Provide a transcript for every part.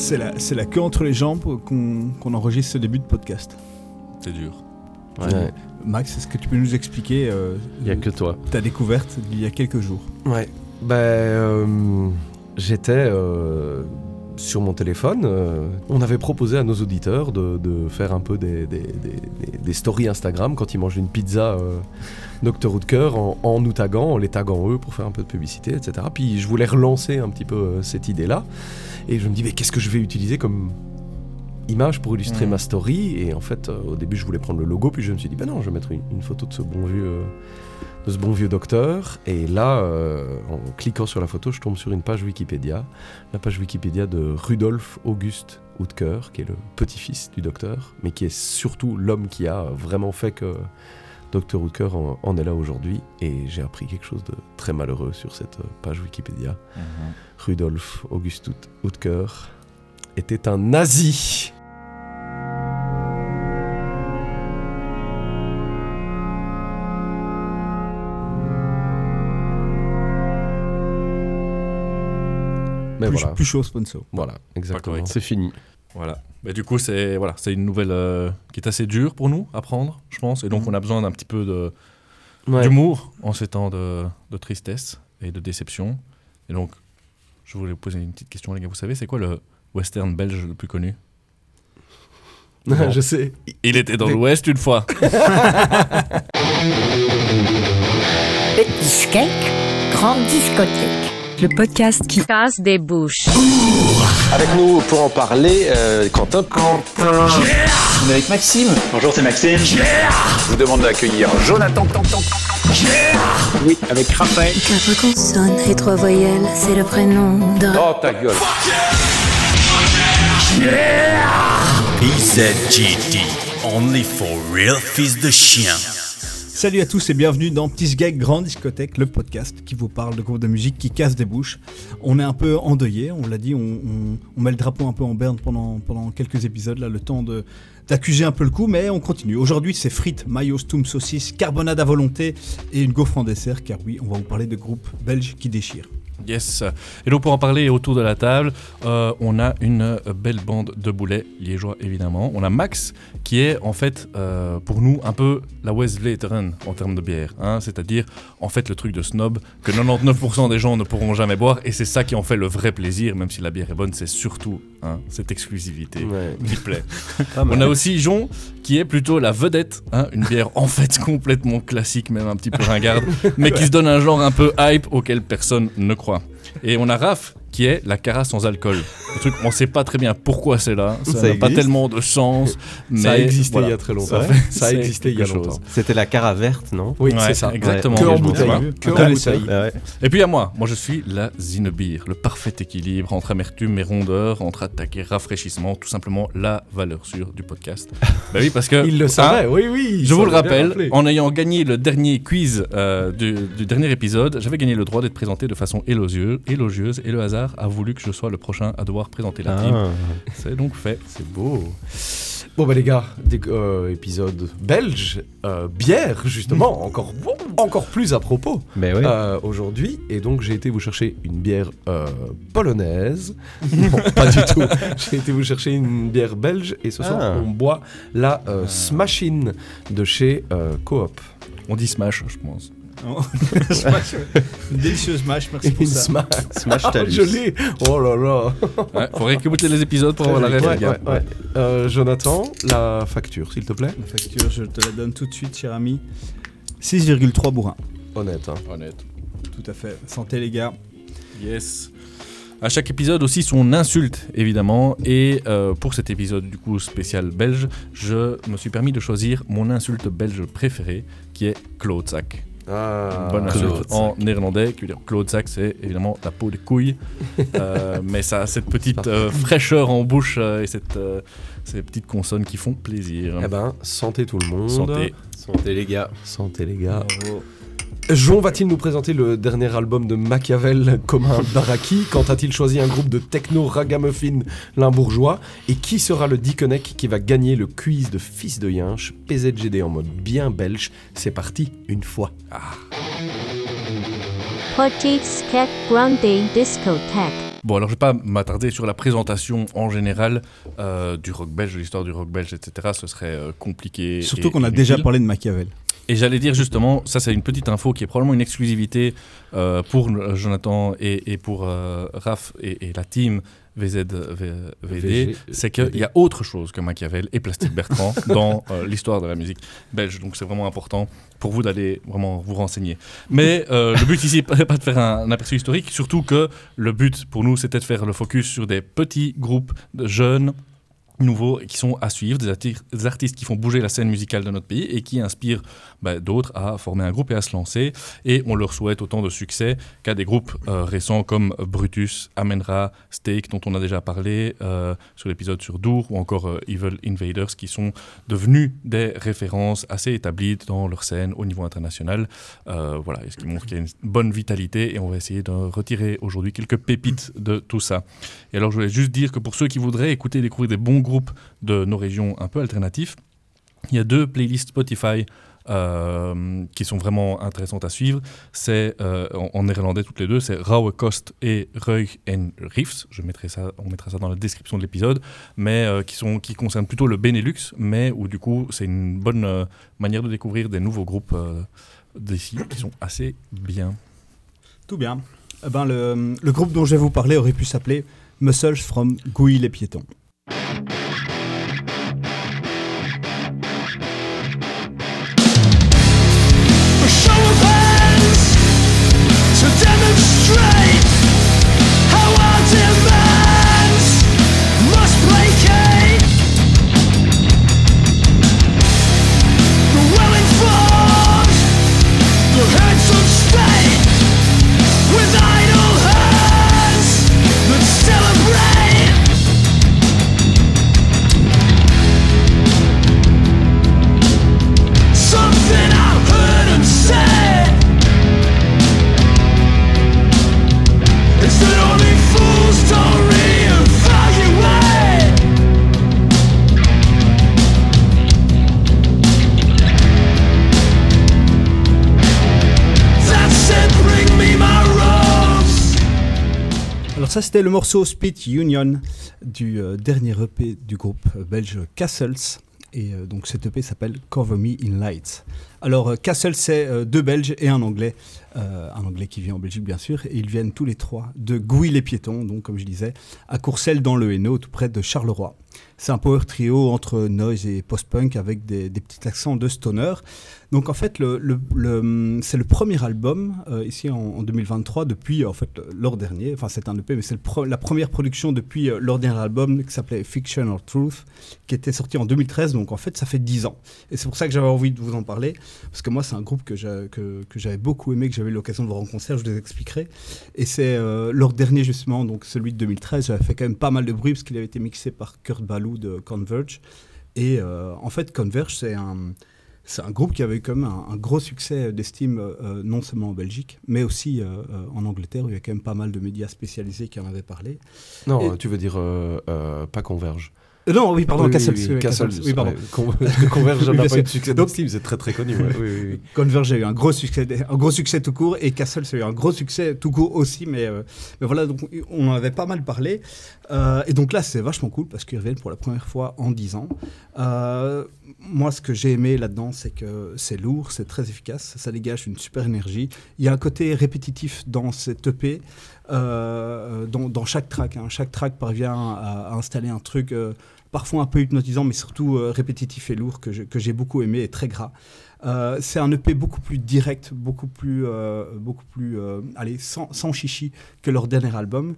C'est la queue entre les jambes qu'on enregistre ce début de podcast. C'est dur. Ouais. Max, est-ce que tu peux nous expliquer Il n'y a que toi. ta découverte d'il y a quelques jours? Ouais. J'étais sur mon téléphone. On avait proposé à nos auditeurs de faire un peu des stories Instagram quand ils mangent une pizza Dr Oetker en nous taguant, en les taguant eux pour faire un peu de publicité, etc. Puis je voulais relancer un petit peu cette idée-là. Et je me dis, mais qu'est-ce que je vais utiliser comme image pour illustrer ma story? Et en fait, au début, je voulais prendre le logo, puis je me suis dit, non, je vais mettre une photo de ce bon vieux docteur. Et là, en cliquant sur la photo, je tombe sur une page Wikipédia. La page Wikipédia de Rudolf August Oetker, qui est le petit-fils du docteur, mais qui est surtout l'homme qui a vraiment fait que Dr Oetker en est là aujourd'hui. Et j'ai appris quelque chose de très malheureux sur cette page Wikipédia. Rudolf August Oetker était un nazi. Mais voilà. Plus chaud, sponsor. Voilà, exactement. correct. C'est fini. Voilà. Mais du coup, c'est une nouvelle qui est assez dure pour nous à prendre, je pense. Et donc, on a besoin d'un petit peu d'humour en ces temps de tristesse et de déception. Et donc, je voulais vous poser une petite question, les gars. Vous savez, c'est quoi le western belge le plus connu? Je sais. Il était dans l'Ouest une fois. Petit skate, grande discothèque. Le podcast qui casse des bouches. Avec nous pour en parler, Quentin. On est avec Maxime. Bonjour, c'est Maxime. Je vous demande d'accueillir Jonathan. Oui, avec Raphaël. 4 consonnes et 3 voyelles, c'est le prénom de... Oh ta gueule. PZGD, only for real fils de chien. Salut à tous et bienvenue dans Petit Gag Grande Discothèque, le podcast qui vous parle de groupes de musique qui cassent des bouches. On est un peu endeuillé, on l'a dit, on met le drapeau un peu en berne pendant quelques épisodes, là, le temps d'accuser un peu le coup, mais on continue. Aujourd'hui, c'est frites, mayo, stoum, saucisse, carbonade à volonté et une gaufre en dessert, car oui, on va vous parler de groupes belges qui déchirent. Yes. Et donc pour en parler autour de la table, on a une belle bande de boulets liégeois évidemment. On a Max qui est en fait pour nous un peu la Westvleteren en termes de bière, hein, c'est-à-dire en fait le truc de snob que 99% des gens ne pourront jamais boire et c'est ça qui en fait le vrai plaisir, même si la bière est bonne, c'est surtout cette exclusivité qui plaît. On a aussi Jon qui est plutôt la vedette, une bière en fait complètement classique, même un petit peu ringarde, mais qui se donne un genre un peu hype auquel personne ne croit. Et on a Raph qui est la cara sans alcool. Le truc, on sait pas très bien pourquoi c'est là, ça n'a pas tellement de sens. Mais ça a existé il y a très longtemps. Ça a existé il y a longtemps. C'était la cara verte, non? Oui, c'est ça. Exactement. Que en bouteille. Et puis à moi je suis la Zinebir, le parfait équilibre entre amertume et rondeur, entre attaque et rafraîchissement, tout simplement la valeur sûre du podcast. Bah oui, parce que il le savait, oui. Je vous le rappelle, en ayant gagné le dernier quiz du dernier épisode, j'avais gagné le droit d'être présenté de façon élogieuse et le hasard a voulu que je sois le prochain à devoir présenter la team. C'est donc fait, c'est beau. Bon bah les gars, épisode belge, bière justement, encore plus à propos aujourd'hui. Et donc j'ai été vous chercher une bière polonaise. Non, pas du tout. J'ai été vous chercher une bière belge et ce soir on boit la Smashin de chez Coop. On dit Smash, je pense. Smash, une délicieuse smash, merci pour ça. Smash Talus. Je l'ai. Oh là là. Faudrait écouter les épisodes pour avoir la rêve, les gars. Jonathan, la facture, s'il te plaît. La facture, je te la donne tout de suite, cher ami. 6,3 bourrins. Honnête. Tout à fait. Santé, les gars. Yes. À chaque épisode aussi son insulte évidemment et pour cet épisode du coup spécial belge, je me suis permis de choisir mon insulte belge préférée qui est klootzak. Bonne insulte en néerlandais qui veut dire klootzak, c'est évidemment la peau des couilles, mais ça a cette petite fraîcheur en bouche et ces petites consonnes qui font plaisir. Eh ben, santé tout le monde. Santé les gars. Santé les gars. Bravo. Jon va-t-il nous présenter le dernier album de Machiavel comme un baraki? Quand a-t-il choisi un groupe de techno ragamuffin limbourgeois? Et qui sera le Dickeneck qui va gagner le quiz de Fils de Yinche? PZGD en mode bien belge, c'est parti une fois. Petit skate grande discothèque. Bon, alors je ne vais pas m'attarder sur la présentation en général du rock belge, de l'histoire du rock belge, etc. Ce serait compliqué. Surtout qu'on a inutile. déjà parlé de Machiavel. Et j'allais dire justement, ça c'est une petite info qui est probablement une exclusivité pour Jonathan et pour Raph et la team VZVD, c'est qu'il y a autre chose que Machiavel et Plastique Bertrand dans l'histoire de la musique belge. Donc c'est vraiment important pour vous d'aller vraiment vous renseigner. Mais le but ici n'est pas de faire un aperçu historique, surtout que le but pour nous c'était de faire le focus sur des petits groupes de jeunes nouveaux qui sont à suivre, des artistes qui font bouger la scène musicale de notre pays et qui inspirent d'autres à former un groupe et à se lancer. Et on leur souhaite autant de succès qu'à des groupes récents comme Brutus, Amenra, Steak, dont on a déjà parlé sur l'épisode sur Dour, ou encore Evil Invaders, qui sont devenus des références assez établies dans leur scène au niveau international. Voilà, et ce qui montre qu'il y a une bonne vitalité et on va essayer de retirer aujourd'hui quelques pépites de tout ça. Et alors je voulais juste dire que pour ceux qui voudraient écouter et découvrir des bons groupes de nos régions un peu alternatifs, il y a 2 playlists Spotify qui sont vraiment intéressantes à suivre. C'est en néerlandais toutes les 2, c'est Rauwe Kost et Ruig en Riffs. On mettra ça dans la description de l'épisode, mais qui concernent plutôt le Benelux, mais où du coup c'est une bonne manière de découvrir des nouveaux groupes d'ici qui sont assez bien. Tout bien. Eh ben, le groupe dont je vais vous parler aurait pu s'appeler Muscles from Gouy les Piétons. Ça, c'était le morceau Spit Union du dernier EP du groupe belge Castles. Et donc cet EP s'appelle Cover Me in Lights. Alors Castles, c'est 2 Belges et un Anglais qui vit en Belgique bien sûr, et ils viennent tous les 3 de Gouy-les-Piétons, donc comme je disais, à Courcelles dans le Hainaut, tout près de Charleroi. C'est un power trio entre noise et post-punk avec des petits accents de stoner. Donc en fait, c'est le premier album ici en 2023 depuis en fait leur dernier. Enfin c'est un EP, mais c'est la première production depuis leur dernier album qui s'appelait Fiction or Truth, qui était sorti en 2013. Donc en fait ça fait 10 ans. Et c'est pour ça que j'avais envie de vous en parler, parce que moi c'est un groupe que j'avais beaucoup aimé, que j'avais eu l'occasion de voir en concert. Je vous expliquerai. Et c'est leur dernier justement, donc celui de 2013. J'avais fait quand même pas mal de bruit parce qu'il avait été mixé par Kurt Ballou de Converge. Et en fait Converge c'est un groupe qui avait eu quand même un gros succès d'estime, non seulement en Belgique, mais aussi en Angleterre, où il y a quand même pas mal de médias spécialisés qui en avaient parlé. Non, tu veux dire pas Converge. Non, oui, pardon, Castles. Oui, pardon. Converge n'a pas eu de succès d'estime, c'est très très connu. Ouais. Oui. Converge a eu un gros succès tout court, et Castles a eu un gros succès tout court aussi, mais voilà, donc on en avait pas mal parlé. Et donc là, c'est vachement cool, parce qu'ils reviennent pour la première fois en 10 ans. Moi, ce que j'ai aimé là-dedans, c'est que c'est lourd, c'est très efficace, ça dégage une super énergie. Il y a un côté répétitif dans cette EP, dans chaque track. Chaque track parvient à installer un truc parfois un peu hypnotisant, mais surtout répétitif et lourd, que j'ai beaucoup aimé et très gras. C'est un EP beaucoup plus direct, beaucoup plus sans chichi que leur dernier album.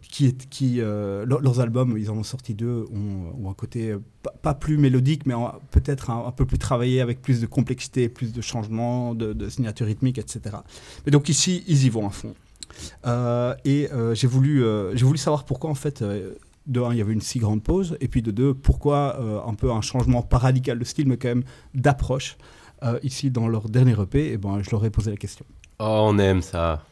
Leurs albums, ils en ont sorti 2, ont un côté pas plus mélodique, mais peut-être un peu plus travaillé, avec plus de complexité, plus de changements, de signature rythmique, etc. Mais donc ici, ils y vont à fond. J'ai voulu savoir pourquoi en fait. De 1, il y avait une si grande pause, et puis de 2, pourquoi un peu un changement pas radical de style, mais quand même d'approche. Ici, dans leur dernier EP, je leur ai posé la question. Oh, on aime ça.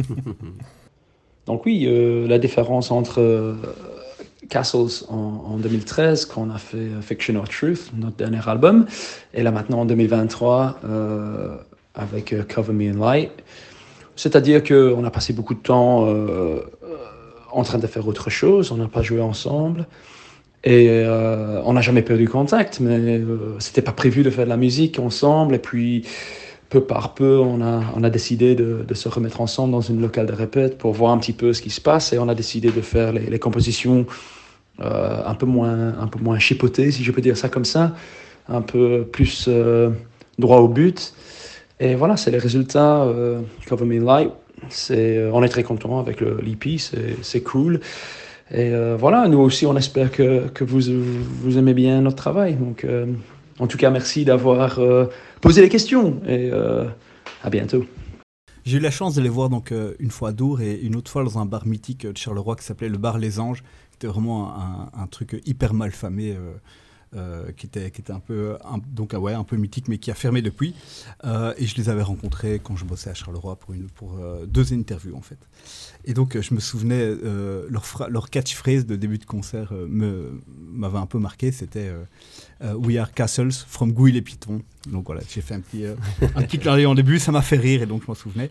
Donc oui, la différence entre Castles en 2013, quand on a fait Fiction or Truth, notre dernier album, et là maintenant en 2023, avec Cover Me in Light. C'est-à-dire qu'on a passé beaucoup de temps en train de faire autre chose, on n'a pas joué ensemble. Et on n'a jamais perdu contact, mais c'était pas prévu de faire de la musique ensemble. Et puis, peu par peu, on a décidé de se remettre ensemble dans une locale de répète pour voir un petit peu ce qui se passe. Et on a décidé de faire les compositions un peu moins chipotées, si je peux dire ça comme ça, un peu plus droit au but. Et voilà, c'est les résultats. Cover Me Light. On est très contents avec l'EP, c'est cool. Et voilà, nous aussi, on espère que vous aimez bien notre travail. Donc, en tout cas, merci d'avoir posé les questions et à bientôt. J'ai eu la chance de les voir donc, une fois à Dour et une autre fois dans un bar mythique de Charleroi qui s'appelait le Bar Les Anges. C'était vraiment un truc hyper mal famé. Qui était un peu un peu mythique mais qui a fermé depuis et je les avais rencontrés quand je bossais à Charleroi pour 2 interviews en fait, et donc je me souvenais leur catchphrase de début de concert m'avait un peu marqué, c'était We are castles from Gouil et Python. Donc voilà, j'ai fait un petit clin d'œil en début, ça m'a fait rire et donc je m'en souvenais.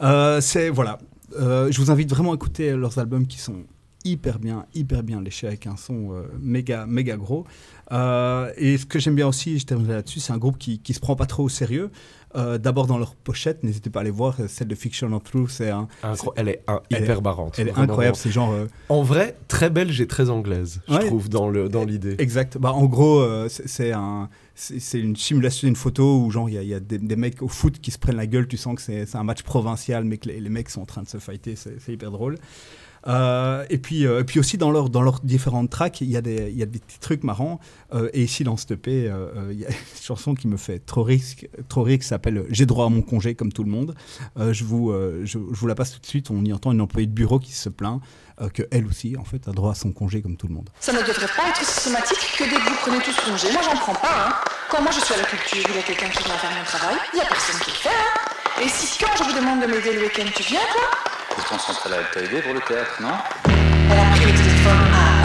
Je vous invite vraiment à écouter leurs albums qui sont hyper bien léché avec un son méga gros. Et ce que j'aime bien aussi, je terminerai là-dessus, c'est un groupe qui se prend pas trop au sérieux. D'abord dans leur pochette, n'hésitez pas à aller voir, celle de Fiction or Truth, elle est hyper marrante. Elle est incroyable, c'est genre... En vrai, très belge et très anglaise, je trouve, dans l'idée. Exact. Bah, en gros, c'est une simulation d'une photo où genre il y a des mecs au foot qui se prennent la gueule, tu sens que c'est un match provincial, mais que les mecs sont en train de se fighter, c'est hyper drôle. Et puis aussi dans leurs différentes tracks, il y a des petits trucs marrants. Et ici dans cette EP, il y a une chanson qui me fait trop rire qui s'appelle « J'ai droit à mon congé comme tout le monde ». Je vous la passe tout de suite. On y entend une employée de bureau qui se plaint qu'elle aussi en fait a droit à son congé comme tout le monde. Ça ne devrait pas être systématique que dès que vous prenez tous congé. Moi j'en prends pas. Quand moi je suis à la culture, il y a quelqu'un qui vient faire mon travail, il n'y a personne qui le fait. Et si quand je vous demande de m'aider le week-end, tu viens toi? Pourtant, Centrale t'a aidé pour le théâtre, non? Elle a pris le téléphone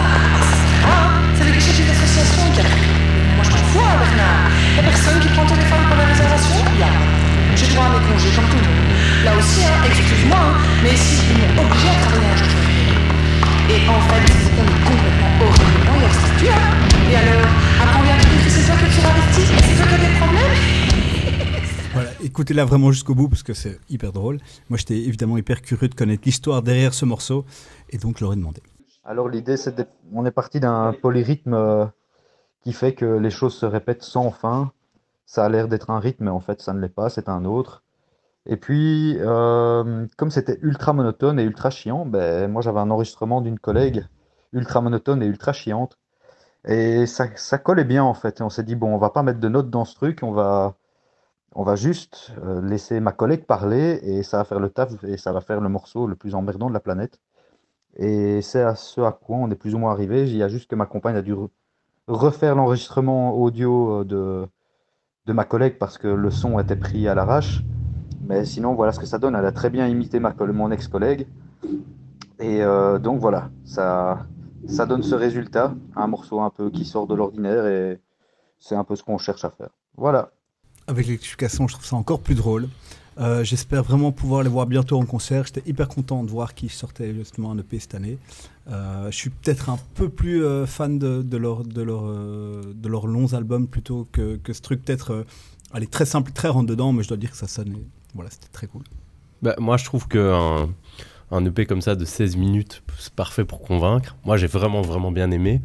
c'est le guichet d'une association qui a pris. Moi, je m'en fous, Bernard. Il n'y a personne qui prend le téléphone pour la réservation? Il y a. J'ai droit à mes congés comme tout le monde. Là aussi, excuse-moi, mais ici, ils m'ont obligé à travailler un jour férié. Et en fait, on est complètement horriblement et hors statut. Et alors, après, on vient de dire que c'est toi qui te ravistis et c'est toi qui as des problèmes? Voilà, écoutez-la vraiment jusqu'au bout parce que c'est hyper drôle. Moi, j'étais évidemment hyper curieux de connaître l'histoire derrière ce morceau et donc je leur ai demandé. Alors l'idée, on est parti d'un polyrythme qui fait que les choses se répètent sans fin. Ça a l'air d'être un rythme, mais en fait, ça ne l'est pas, c'est un autre. Et puis, comme c'était ultra monotone et ultra chiant, moi j'avais un enregistrement d'une collègue ultra monotone et ultra chiante. Et ça collait bien en fait. Et on s'est dit, bon, on va pas mettre de notes dans ce truc, on va juste laisser ma collègue parler et ça va faire le taf et ça va faire le morceau le plus emmerdant de la planète. Et c'est à ce à quoi on est plus ou moins arrivé. Il y a juste que ma compagne a dû refaire l'enregistrement audio de ma collègue parce que le son était pris à l'arrache. Mais sinon, voilà ce que ça donne. Elle a très bien imité mon ex-collègue. Et donc voilà, ça donne ce résultat, un morceau un peu qui sort de l'ordinaire et c'est un peu ce qu'on cherche à faire. Voilà. Avec l'explication, je trouve ça encore plus drôle. J'espère vraiment pouvoir les voir bientôt en concert. J'étais hyper content de voir qu'ils sortaient justement un EP cette année. Je suis peut-être un peu plus fan de leurs longs albums plutôt que ce truc peut-être très simple, très rentre-dedans, mais je dois dire que ça sonnait. Voilà, c'était très cool. Moi, je trouve qu'un EP comme ça de 16 minutes, c'est parfait pour convaincre. Moi, j'ai vraiment, vraiment bien aimé.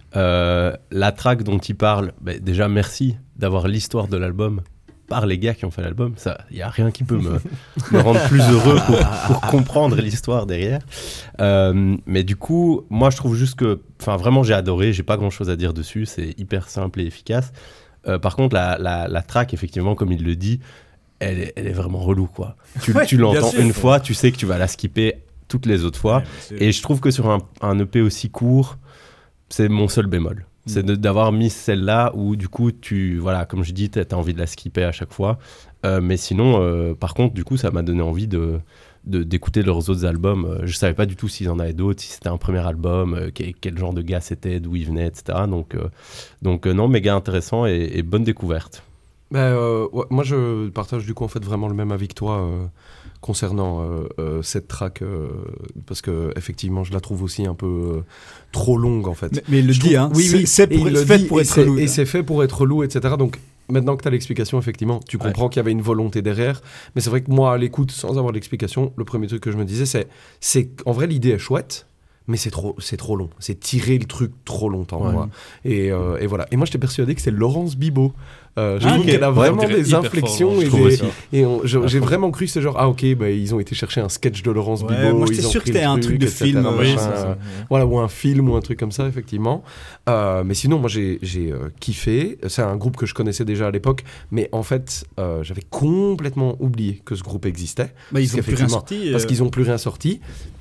La track dont il parle, déjà merci d'avoir l'histoire de l'album par les gars qui ont fait l'album. Il n'y a rien qui peut me rendre plus heureux pour comprendre l'histoire derrière. Mais du coup, moi je trouve juste que vraiment j'ai adoré, j'ai pas grand chose à dire dessus, c'est hyper simple et efficace. Par contre la track, effectivement, comme il le dit, elle est vraiment relou quoi. Tu l'entends une fois, tu sais que tu vas la skipper toutes les autres fois. Et je trouve que sur un EP aussi court, c'est mon seul bémol. C'est d'avoir mis celle-là où, du coup, comme je dis, t'as envie de la skipper à chaque fois. Mais sinon, par contre, du coup, ça m'a donné envie d'écouter leurs autres albums. Je savais pas du tout s'ils en avaient d'autres, si c'était un premier album, quel genre de gars c'était, d'où ils venaient, etc. Donc non, méga intéressant et bonne découverte. Ouais, moi je partage du coup en fait vraiment le même avis que toi concernant cette track parce que effectivement je la trouve aussi un peu trop longue en fait. Mais il le dit, hein. Oui, c'est fait pour être relou. Et c'est fait pour être relou, etc. Donc maintenant que tu as l'explication, effectivement, tu comprends qu'il y avait une volonté derrière. Mais c'est vrai que moi, à l'écoute, sans avoir l'explication, le premier truc que je me disais, c'est en vrai l'idée est chouette. Mais c'est trop long. C'est tirer le truc trop longtemps. Moi. Et voilà. Et moi, j'étais persuadé que c'est Laurence Bibot. Je trouve qu'elle a vraiment des inflexions. J'ai vraiment cru que c'était genre, ils ont été chercher un sketch de Laurence Bibot. Moi, j'étais sûr que c'était un truc de film. Voilà, ou un film ou un truc comme ça, effectivement. Mais sinon, moi, j'ai kiffé. C'est un groupe que je connaissais déjà à l'époque. Mais en fait, j'avais complètement oublié que ce groupe existait. Ils n'ont plus rien sorti. Parce qu'ils n'ont plus rien sorti.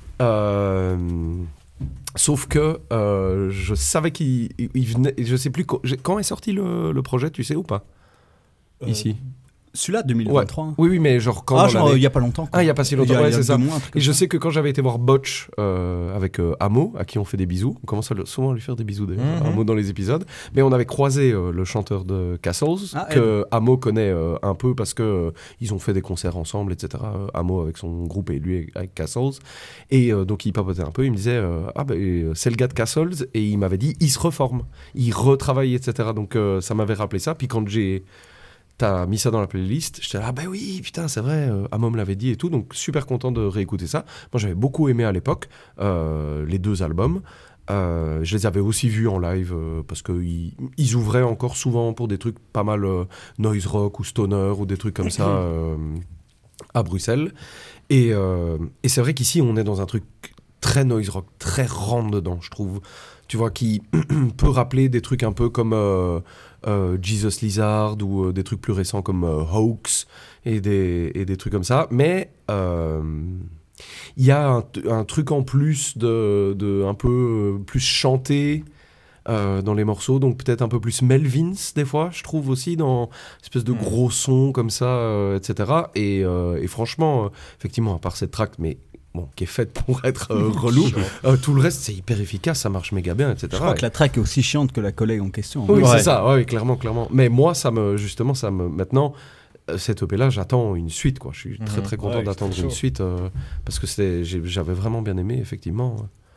Sauf que je savais qu'il venait. Je sais plus quand est sorti le projet, tu sais ou pas ici. Celui-là, 2023. Ouais. Oui, mais genre quand il y a pas longtemps. Il y a pas si longtemps. C'est ça. Et je ça. sais que quand j'avais été voir Botch avec Amo, à qui on fait des bisous, on commence souvent à lui faire des bisous d'ailleurs, Amo dans les épisodes, mais on avait croisé le chanteur de Castles, que Amo connaît un peu parce que ils ont fait des concerts ensemble, etc. Amo avec son groupe et lui avec Castles. Et donc il papotait un peu, il me disait c'est le gars de Castles, et il m'avait dit il se reforme, il retravaille, etc. Donc ça m'avait rappelé ça. Puis quand t'as mis ça dans la playlist, j'étais là, oui, putain, c'est vrai, Amo me l'avait dit et tout, donc super content de réécouter ça. Moi, j'avais beaucoup aimé à l'époque les 2 albums. Je les avais aussi vus en live parce qu'ils ouvraient encore souvent pour des trucs pas mal noise rock ou stoner ou des trucs comme ça à Bruxelles. Et c'est vrai qu'ici, on est dans un truc très noise rock, très rentre dedans, je trouve. Tu vois, qui peut rappeler des trucs un peu comme Jesus Lizard ou des trucs plus récents comme Hoax et des trucs comme ça. Mais il y a un truc en plus de un peu plus chanté dans les morceaux, donc peut-être un peu plus Melvins des fois, je trouve aussi, dans une espèce de gros son comme ça, etc. Et franchement, effectivement, à part cette track, mais qui est faite pour être relou. Tout le reste, c'est hyper efficace, ça marche méga bien, etc. Je crois que la track est aussi chiante que la collègue en question. Oui, c'est ça, clairement. Mais moi, maintenant, cette EP-là, j'attends une suite, quoi. Je suis très, très content d'attendre une suite, parce que j'avais vraiment bien aimé, effectivement.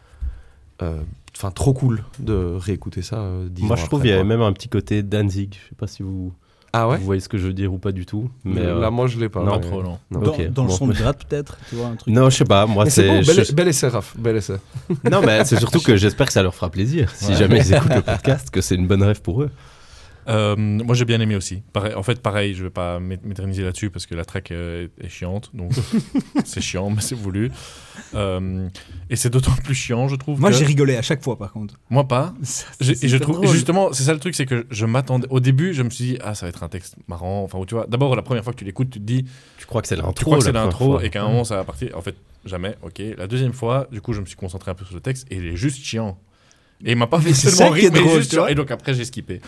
Trop cool de réécouter ça 10 ans Moi, je trouve qu'il y avait même un petit côté Danzig. Je sais pas si vous... Vous voyez ce que je veux dire ou pas du tout, mais là moi je l'ai pas. Non, trop long. Dans le son de gratte peut-être, tu vois, un truc. Non, je sais pas. Moi, c'est bel essai, Raph. Bel essai. Non, mais c'est surtout que j'espère que ça leur fera plaisir. Si jamais ils écoutent le podcast, que c'est une bonne rêve pour eux. Moi j'ai bien aimé aussi. Pareil, je vais pas m'éterniser là-dessus parce que la track est chiante, donc c'est chiant, mais c'est voulu. Et c'est d'autant plus chiant, je trouve. Moi j'ai rigolé à chaque fois, par contre. Moi pas. Je trouve drôle. Justement, c'est ça le truc, c'est que je m'attendais. Au début, je me suis dit ça va être un texte marrant. Enfin, tu vois, d'abord la première fois que tu l'écoutes, tu te dis. Tu crois que c'est l'intro. Et qu'à un moment ça va partir. En fait, jamais. Ok. La deuxième fois, du coup, je me suis concentré un peu sur le texe et il est juste chiant. Et il m'a pas fait seulement rire, mais juste chiant. Et donc après j'ai skippé.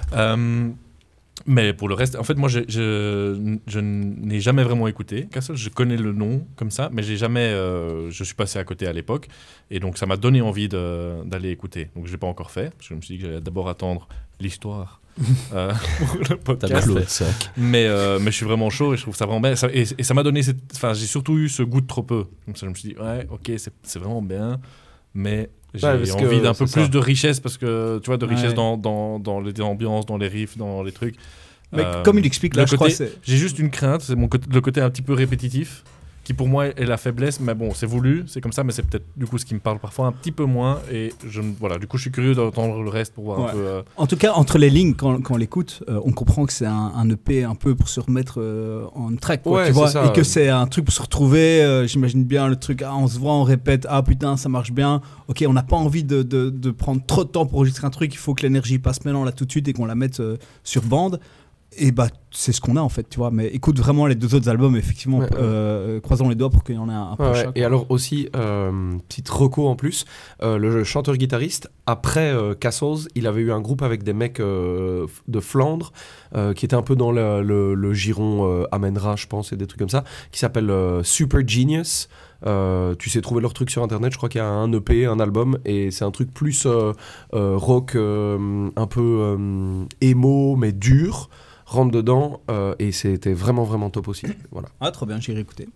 Mais pour le reste, en fait, moi, je n'ai jamais vraiment écouté Castle. Je connais le nom comme ça, mais j'ai jamais. Je suis passé à côté à l'époque, et donc ça m'a donné envie d'aller écouter. Donc je l'ai pas encore fait, parce que je me suis dit que j'allais d'abord attendre l'histoire pour le podcast. Mais je suis vraiment chaud et je trouve ça vraiment bien. Et ça m'a donné j'ai surtout eu ce goût de trop peu. Donc ça, je me suis dit c'est vraiment bien, mais j'ai envie d'un peu plus de richesse, parce que tu vois, de richesse dans les ambiances, dans les riffs, dans les trucs. Mais comme il explique là, j'ai juste une crainte, c'est le côté un petit peu répétitif, qui pour moi est la faiblesse, mais bon, c'est voulu, c'est comme ça, mais c'est peut-être du coup ce qui me parle parfois un petit peu moins, et du coup je suis curieux d'entendre le reste pour voir un peu... En tout cas, entre les lignes, quand on l'écoute, on comprend que c'est un EP un peu pour se remettre en track, quoi, tu vois, et que c'est un truc pour se retrouver, j'imagine bien le truc, on se voit, on répète, putain, ça marche bien, ok, on n'a pas envie de prendre trop de temps pour enregistrer un truc, il faut que l'énergie passe maintenant là tout de suite et qu'on la mette sur bande. Et c'est ce qu'on a en fait, tu vois. Mais écoute vraiment les 2 autres albums, effectivement, croisons les doigts pour qu'il y en ait un peu chaque. Et alors aussi, petite reco en plus, le chanteur-guitariste, après Castles, il avait eu un groupe avec des mecs de Flandre, qui étaient un peu dans le giron Amenra, je pense, et des trucs comme ça, qui s'appelle Super Genius. Tu sais trouver leur truc sur internet, je crois qu'il y a un EP, un album, et c'est un truc plus rock, un peu émo, mais dur. Rentre dedans, et c'était vraiment, vraiment top aussi. Voilà. Ah, trop bien, j'irai écouter.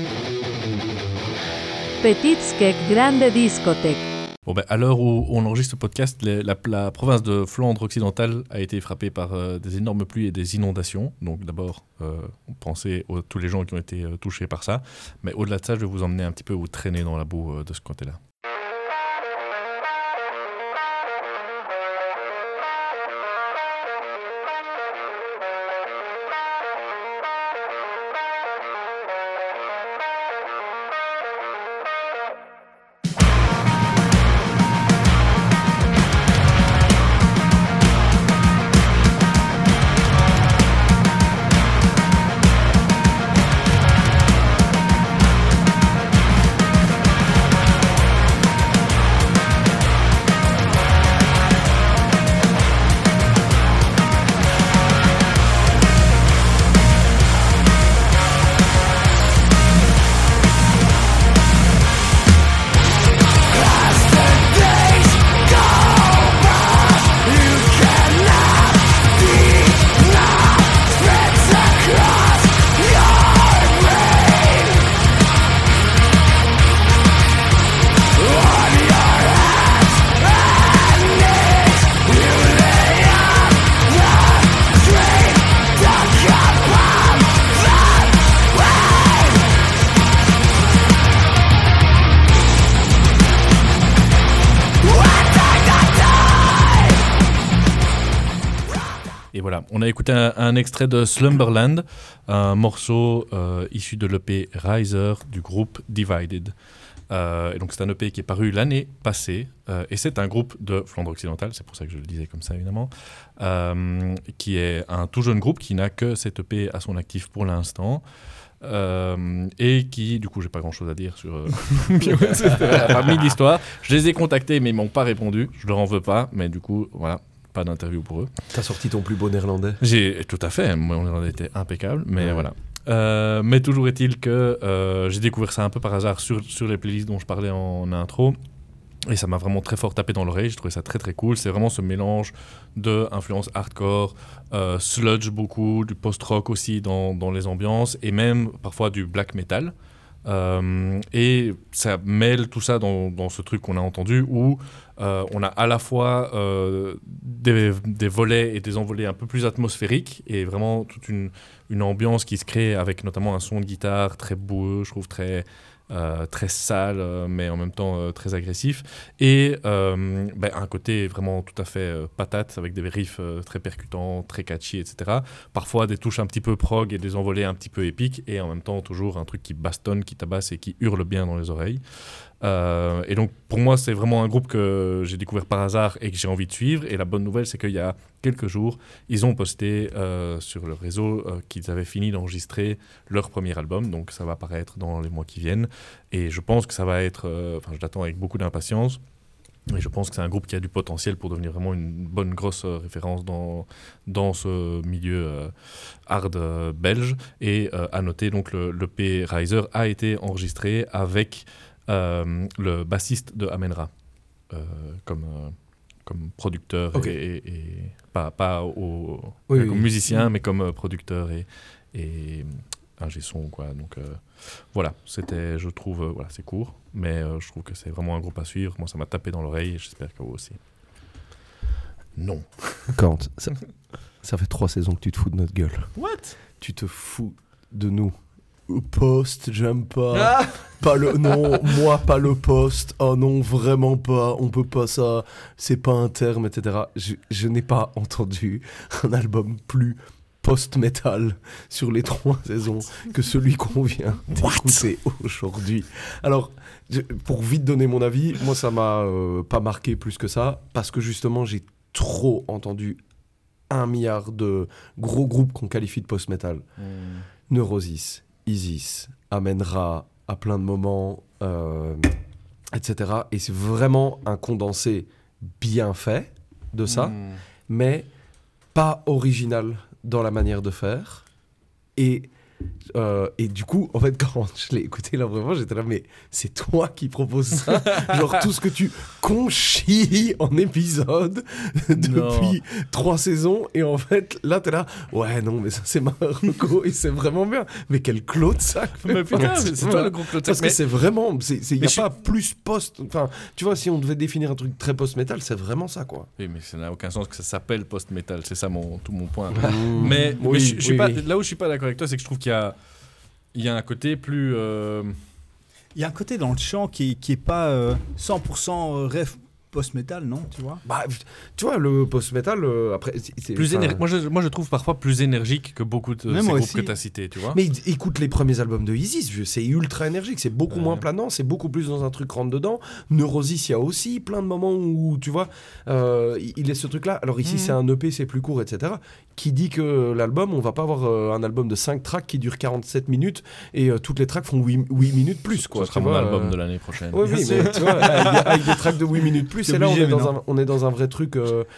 Petit Skek Grande Discothèque. Bon ben, à l'heure où on enregistre ce podcast, la province de Flandre occidentale a été frappée par des énormes pluies et des inondations. Donc d'abord, pensez à tous les gens qui ont été touchés par ça. Mais au-delà de ça, je vais vous emmener un petit peu vous traîner dans la boue de ce côté-là. Et voilà, on a écouté un extrait de Slumberland, un morceau issu de l'EP Riser du groupe Divided. Et donc c'est un EP qui est paru l'année passée, et c'est un groupe de Flandre occidentale, c'est pour ça que je le disais comme ça évidemment, qui est un tout jeune groupe qui n'a que cet EP à son actif pour l'instant. Et qui, du coup, j'ai pas grand chose à dire sur parmi l'histoire. Je les ai contactés, mais ils m'ont pas répondu. Je leur en veux pas, mais du coup, voilà, pas d'interview pour eux. T'as sorti ton plus beau néerlandais? Tout à fait, mon néerlandais était impeccable, mais voilà. Mais toujours est-il que j'ai découvert ça un peu par hasard sur les playlists dont je parlais en intro. Et ça m'a vraiment très fort tapé dans l'oreille, j'ai trouvé ça très très cool. C'est vraiment ce mélange d'influences hardcore, sludge beaucoup, du post-rock aussi dans les ambiances, et même parfois du black metal. Et ça mêle tout ça dans ce truc qu'on a entendu où on a à la fois des volets et des envolées un peu plus atmosphériques et vraiment toute une ambiance qui se crée avec notamment un son de guitare très boueux, je trouve très sale mais en même temps très agressif et un côté vraiment tout à fait patate avec des riffs très percutants, très catchy, etc. Parfois des touches un petit peu prog et des envolées un petit peu épiques et en même temps toujours un truc qui bastonne, qui tabasse et qui hurle bien dans les oreilles. Et donc pour moi c'est vraiment un groupe que j'ai découvert par hasard et que j'ai envie de suivre, et la bonne nouvelle c'est qu'il y a quelques jours ils ont posté sur leur réseau qu'ils avaient fini d'enregistrer leur premier album, donc ça va apparaître dans les mois qui viennent et je pense que ça va être je l'attends avec beaucoup d'impatience. Et je pense que c'est un groupe qui a du potentiel pour devenir vraiment une bonne grosse référence dans ce milieu hard belge. Et à noter donc l'EP Riser a été enregistré avec le bassiste de Amenra comme producteur, okay. et pas comme musicien, mais comme producteur et ingé son, quoi. Donc voilà, c'était, je trouve, c'est court, mais je trouve que c'est vraiment un groupe à suivre. Moi, ça m'a tapé dans l'oreille, et j'espère que vous aussi. Non. Quand ça fait 3 saisons que tu te fous de notre gueule. What? Tu te fous de nous. Post, j'aime pas. Pas le, non, moi pas le post. Oh non, vraiment pas. On peut pas ça. C'est pas un terme, etc. Je n'ai pas entendu un album plus post-metal sur les 3 saisons que celui qu'on vient d'écouter aujourd'hui. Alors, pour vite donner mon avis, moi ça m'a pas marqué plus que ça, parce que justement j'ai trop entendu 1 milliard de gros groupes qu'on qualifie de post-metal. Neurosis, Isis, Amenra, à plein de moments, etc. Et c'est vraiment un condensé bien fait de ça, mais pas original dans la manière de faire. Et Et du coup, en fait, quand je l'ai écouté là, vraiment, j'étais là, mais c'est toi qui proposes ça. Genre tout ce que tu conchies en épisode depuis 3 saisons. Et en fait, là, t'es là, ouais, non, mais ça, c'est Marocco et c'est vraiment bien. Mais quel Claude Sac. Mais putain, c'est toi le gros Claude Sac. Parce que c'est vraiment, il n'y a pas plus post. Enfin, tu vois, si on devait définir un truc très post-metal, c'est vraiment ça, quoi. Oui, mais ça n'a aucun sens que ça s'appelle post-metal. C'est ça tout mon point. Mais je suis pas, là où je suis pas d'accord avec toi, c'est que je trouve qu'il y a un côté plus... Il y a un côté dans le chant qui est pas 100% rêve post-metal, non, tu vois? Bah, tu vois, le post-metal, après... c'est plus énergique. Moi, je trouve parfois plus énergique que beaucoup de ces groupes que tu as cités, tu vois? Mais écoute les premiers albums de Isis, c'est ultra énergique, c'est beaucoup moins planant, c'est beaucoup plus dans un truc rentre-dedans. Neurosis, il y a aussi plein de moments où, tu vois, il est ce truc-là. Alors ici, c'est un EP, c'est plus court, etc. Qui dit que l'album, on va pas avoir un album de 5 tracks qui dure 47 minutes et toutes les tracks font 8 minutes plus, quoi. Ce sera mon album de l'année prochaine. Oui, mais tu vois, avec des tracks de 8 minutes plus, et là, on est dans un vrai truc,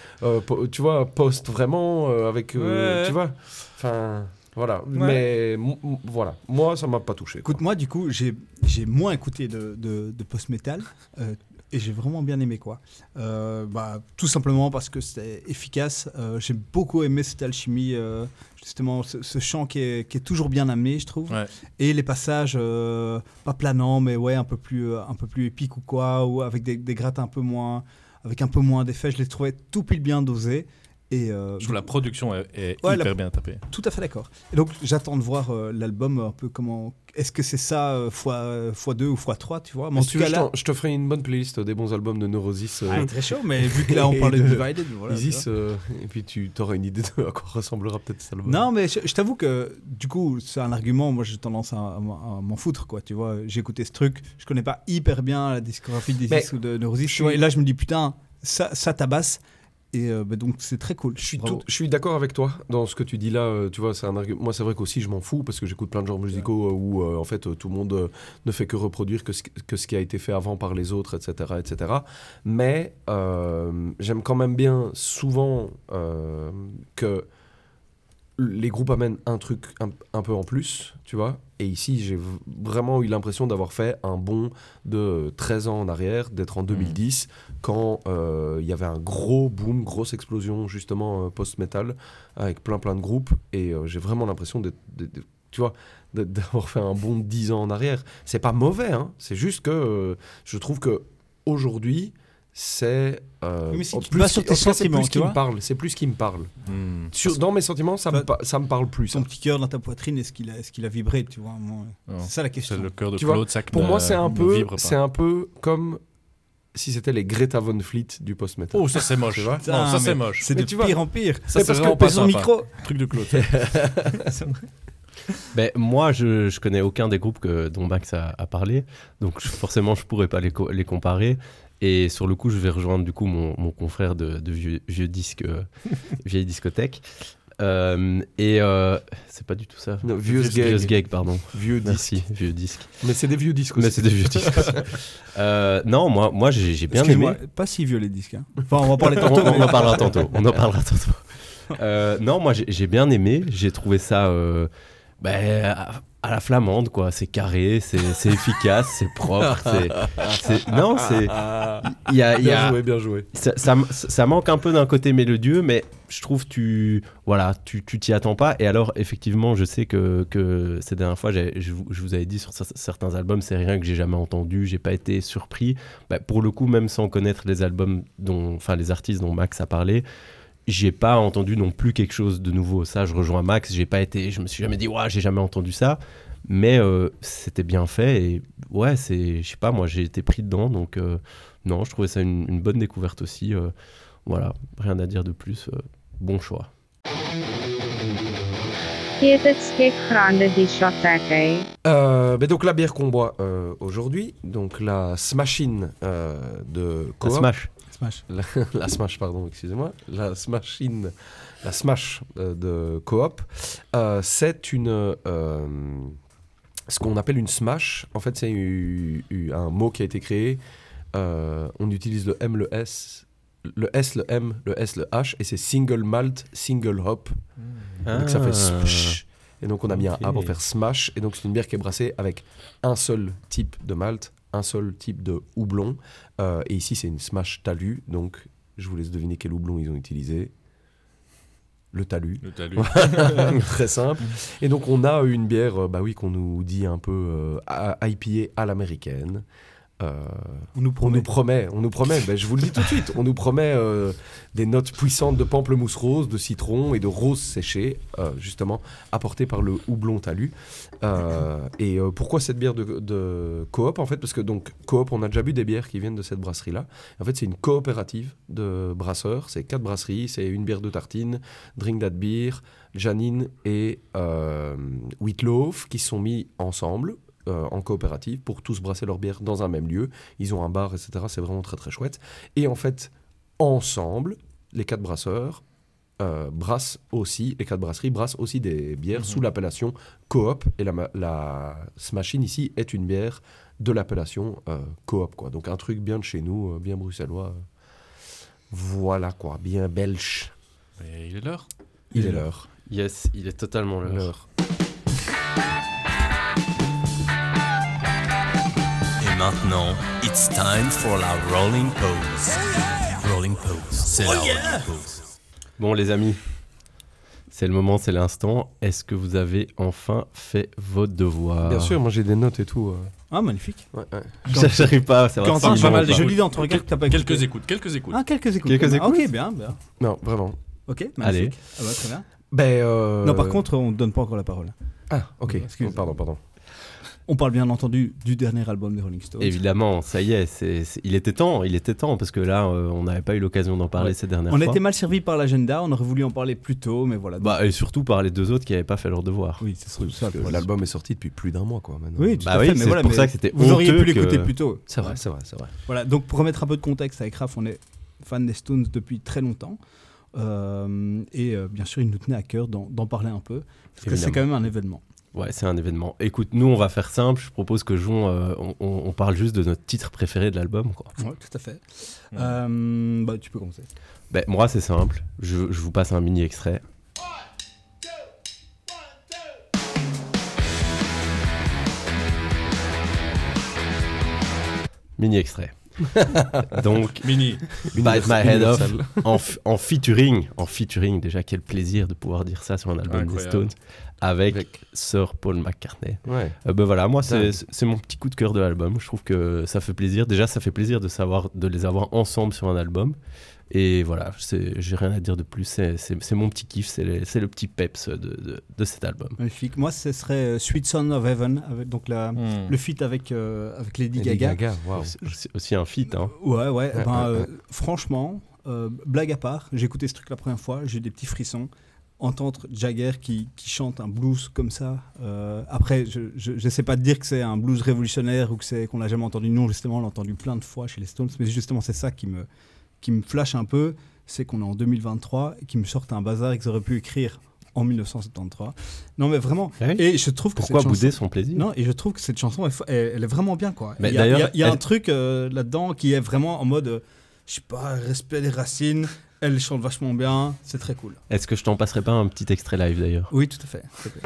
tu vois, post vraiment, avec, tu vois, enfin... Voilà, mais voilà, moi ça m'a pas touché. Écoute, moi du coup, j'ai moins écouté de post-metal et j'ai vraiment bien aimé, quoi. Tout simplement parce que c'était efficace. J'ai beaucoup aimé cette alchimie, justement, ce chant qui est toujours bien amené, je trouve. Ouais. Et les passages, pas planants, mais un peu plus épiques ou quoi, ou avec des grattes avec un peu moins d'effets. Je les trouvais tout pile bien dosés. Et je trouve la production est hyper bien tapée. Tout à fait d'accord. Et donc j'attends de voir l'album un peu comment. Est-ce que c'est ça x2 ou x3, tu vois? Mais en tout cas, là... je te ferai une bonne playlist des bons albums de Neurosis. Très chaud, mais vu que là on parlait de Divided, voilà. Isis, et puis tu auras une idée de à quoi ressemblera peut-être cet album. Non, mais je t'avoue que du coup, c'est un argument. Moi, j'ai tendance à m'en foutre, quoi. Tu vois, j'ai écouté ce truc, je connais pas hyper bien la discographie d'Isis ou de Neurosis. Et là, je me dis putain, ça tabasse. Et donc c'est très cool. Je suis d'accord avec toi dans ce que tu dis là. Tu vois, c'est un argument. Moi, c'est vrai qu'aussi je m'en fous parce que j'écoute plein de genres musicaux où en fait tout le monde ne fait que reproduire que ce qui a été fait avant par les autres, etc., etc. Mais j'aime quand même bien souvent que les groupes amènent un truc un peu en plus, tu vois. Et ici, j'ai vraiment eu l'impression d'avoir fait un bond de 13 ans en arrière, d'être en 2010, quand il y avait un gros boom, grosse explosion, justement, post-metal, avec plein de groupes. Et j'ai vraiment l'impression tu vois, d'avoir fait un bond de 10 ans en arrière. C'est pas mauvais, hein. C'est juste que je trouve qu'aujourd'hui, c'est mais si tu vas sur tes sentiments, tu vois, c'est plus ce qui me parle. Dans mes sentiments, ça me parle plus. Ton petit cœur dans ta poitrine, est-ce qu'il a vibré, tu vois? C'est ça la question. C'est le cœur de Claude Sac. Pour moi, c'est un peu comme si c'était les Greta Von Fleet du post-metal. Oh, ça c'est moche. Non, ça c'est moche. C'est de pire en pire. Ça c'est vraiment pas sympa. Micro. Truc de Claude. Ben, moi, je connais aucun des groupes dont Max a parlé, donc forcément, je pourrais pas les comparer. Et sur le coup, je vais rejoindre du coup mon confrère de vieux disque, vieille discothèque. C'est pas du tout ça. Non, vieux gag, pardon. Vieux Merci, vieux disque. Mais c'est des vieux disques aussi. Mais c'est des vieux disques. Non, moi j'ai bien aimé. Pas si vieux les disques. Hein. Enfin, on va parler tantôt. On en parlera tantôt. Non, moi j'ai bien aimé. J'ai trouvé ça à la flamande, quoi. C'est carré, c'est efficace, c'est propre. Non, c'est. Bien joué. Ça manque un peu d'un côté mélodieux, mais je trouve tu t'y attends pas. Et alors, effectivement, je sais que ces dernières fois, je vous avais dit sur certains albums, c'est rien que j'ai jamais entendu, j'ai pas été surpris. Pour le coup, même sans connaître les albums les artistes dont Max a parlé, j'ai pas entendu non plus quelque chose de nouveau. Ça, je rejoins Max. Je me suis jamais dit, j'ai jamais entendu ça. Mais c'était bien fait. Et je sais pas, moi, j'ai été pris dedans. Donc, non, je trouvais ça une bonne découverte aussi. Voilà, rien à dire de plus. Bon choix. Donc la bière qu'on boit aujourd'hui, donc la Smashin de Coop. La Smash, pardon, excusez-moi. La Smash de Coop, c'est une... ce qu'on appelle une smash. En fait, c'est un mot qui a été créé. On utilise le M, le S, le S, le M, le S, le H, et c'est single malt, single hop. Donc ça fait smash. Et donc on a mis un A pour faire Smash. Et donc c'est une bière qui est brassée avec un seul type de malt, un seul type de houblon. Et ici c'est une Smash Talus. Donc je vous laisse deviner quel houblon ils ont utilisé. Le talus. Très simple. Et donc on a une bière qu'on nous dit un peu IPA à l'américaine. On nous promet, je vous le dis tout de suite, on nous promet des notes puissantes de pamplemousse rose, de citron et de rose séchée, justement apportées par le houblon talus. Et pourquoi cette bière de coop en fait? Parce que donc coop, on a déjà bu des bières qui viennent de cette brasserie-là. En fait, c'est une coopérative de brasseurs, c'est 4 brasseries, c'est une bière de tartine, Drink That Beer, Janine et Wheatloaf qui se sont mis ensemble. En coopérative pour tous brasser leur bière dans un même lieu. Ils ont un bar, etc. C'est vraiment très très chouette. Et en fait, ensemble, les 4 brasseurs brassent aussi, les 4 brasseries brassent aussi des bières sous l'appellation coop. Et la Smashing ici est une bière de l'appellation coop, quoi. Donc un truc bien de chez nous, bien bruxellois. Voilà quoi, bien belge. Et il est l'heure. Il est l'heure. Yes, il est totalement l'heure. Maintenant, it's time for la rolling pause. Rolling pause, c'est la rolling pause. Bon les amis, c'est le moment, c'est l'instant. Est-ce que vous avez enfin fait vos devoirs? Bien sûr, moi j'ai des notes et tout. Ah, magnifique. Ouais. J'arrive pas à savoir. Quentin, pas mal. Je lis dans ton regard que t'as pas écouté. Quelques écoutes. Ah, quelques écoutes. Ok, bien. Non, vraiment. Ok, magnifique. Allez. Ah bah, très bien. Non, par contre, on ne donne pas encore la parole. Ah, ok. Pardon. On parle bien entendu du dernier album des Rolling Stones. Évidemment, ça y est, il était temps, parce que là, on n'avait pas eu l'occasion d'en parler ces dernières fois. On était mal servi par l'agenda, on aurait voulu en parler plus tôt, mais voilà. Et surtout par les 2 autres qui n'avaient pas fait leur devoir. Oui, c'est ça. L'album est sorti depuis plus d'1 mois, quoi, maintenant. Oui, tout à fait, mais c'est pour ça que c'était vous auriez pu l'écouter plus tôt. C'est vrai. Voilà, donc pour remettre un peu de contexte avec Raph, on est fan des Stones depuis très longtemps. Et bien sûr, il nous tenait à cœur d'en parler un peu, parce que c'est quand même un événement. Ouais, c'est un événement. Écoute, nous, on va faire simple. Je propose que on parle juste de notre titre préféré de l'album, quoi. Ouais, tout à fait. Tu peux commencer. Moi, c'est simple. Je vous passe un mini extrait. Mini extrait. Donc, Bite My Head Off en featuring, déjà quel plaisir de pouvoir dire ça sur un album des Stones avec Sir Paul McCartney. Ouais. Voilà, moi c'est mon petit coup de cœur de l'album. Je trouve que ça fait plaisir. Déjà, ça fait plaisir de les avoir ensemble sur un album. Et voilà, j'ai rien à dire de plus. C'est mon petit kiff, c'est le petit peps de cet album. Magnifique. Moi, ce serait Sweet Son of Heaven, avec donc le feat avec Lady Gaga. Wow. C'est aussi un feat, hein. Ouais. Franchement, blague à part, j'ai écouté ce truc la première fois, j'ai eu des petits frissons. Entendre Jagger qui chante un blues comme ça. Après, je sais pas te dire que c'est un blues révolutionnaire ou qu'on l'a jamais entendu. Non, justement, on l'a entendu plein de fois chez les Stones, mais justement, c'est ça qui me flash un peu, c'est qu'on est en 2023 et qu'ils me sortent un bazar et qu'ils auraient pu écrire en 1973. Non, mais vraiment. Ah oui. Et je trouve que pourquoi bouder son plaisir? Non, et je trouve que cette chanson, elle est vraiment bien, quoi. Mais il y a un truc là-dedans qui est vraiment en mode, je sais pas, respect des racines. Elle chante vachement bien, c'est très cool. Est-ce que je t'en passerai pas un petit extrait live d'ailleurs? Oui, tout à fait.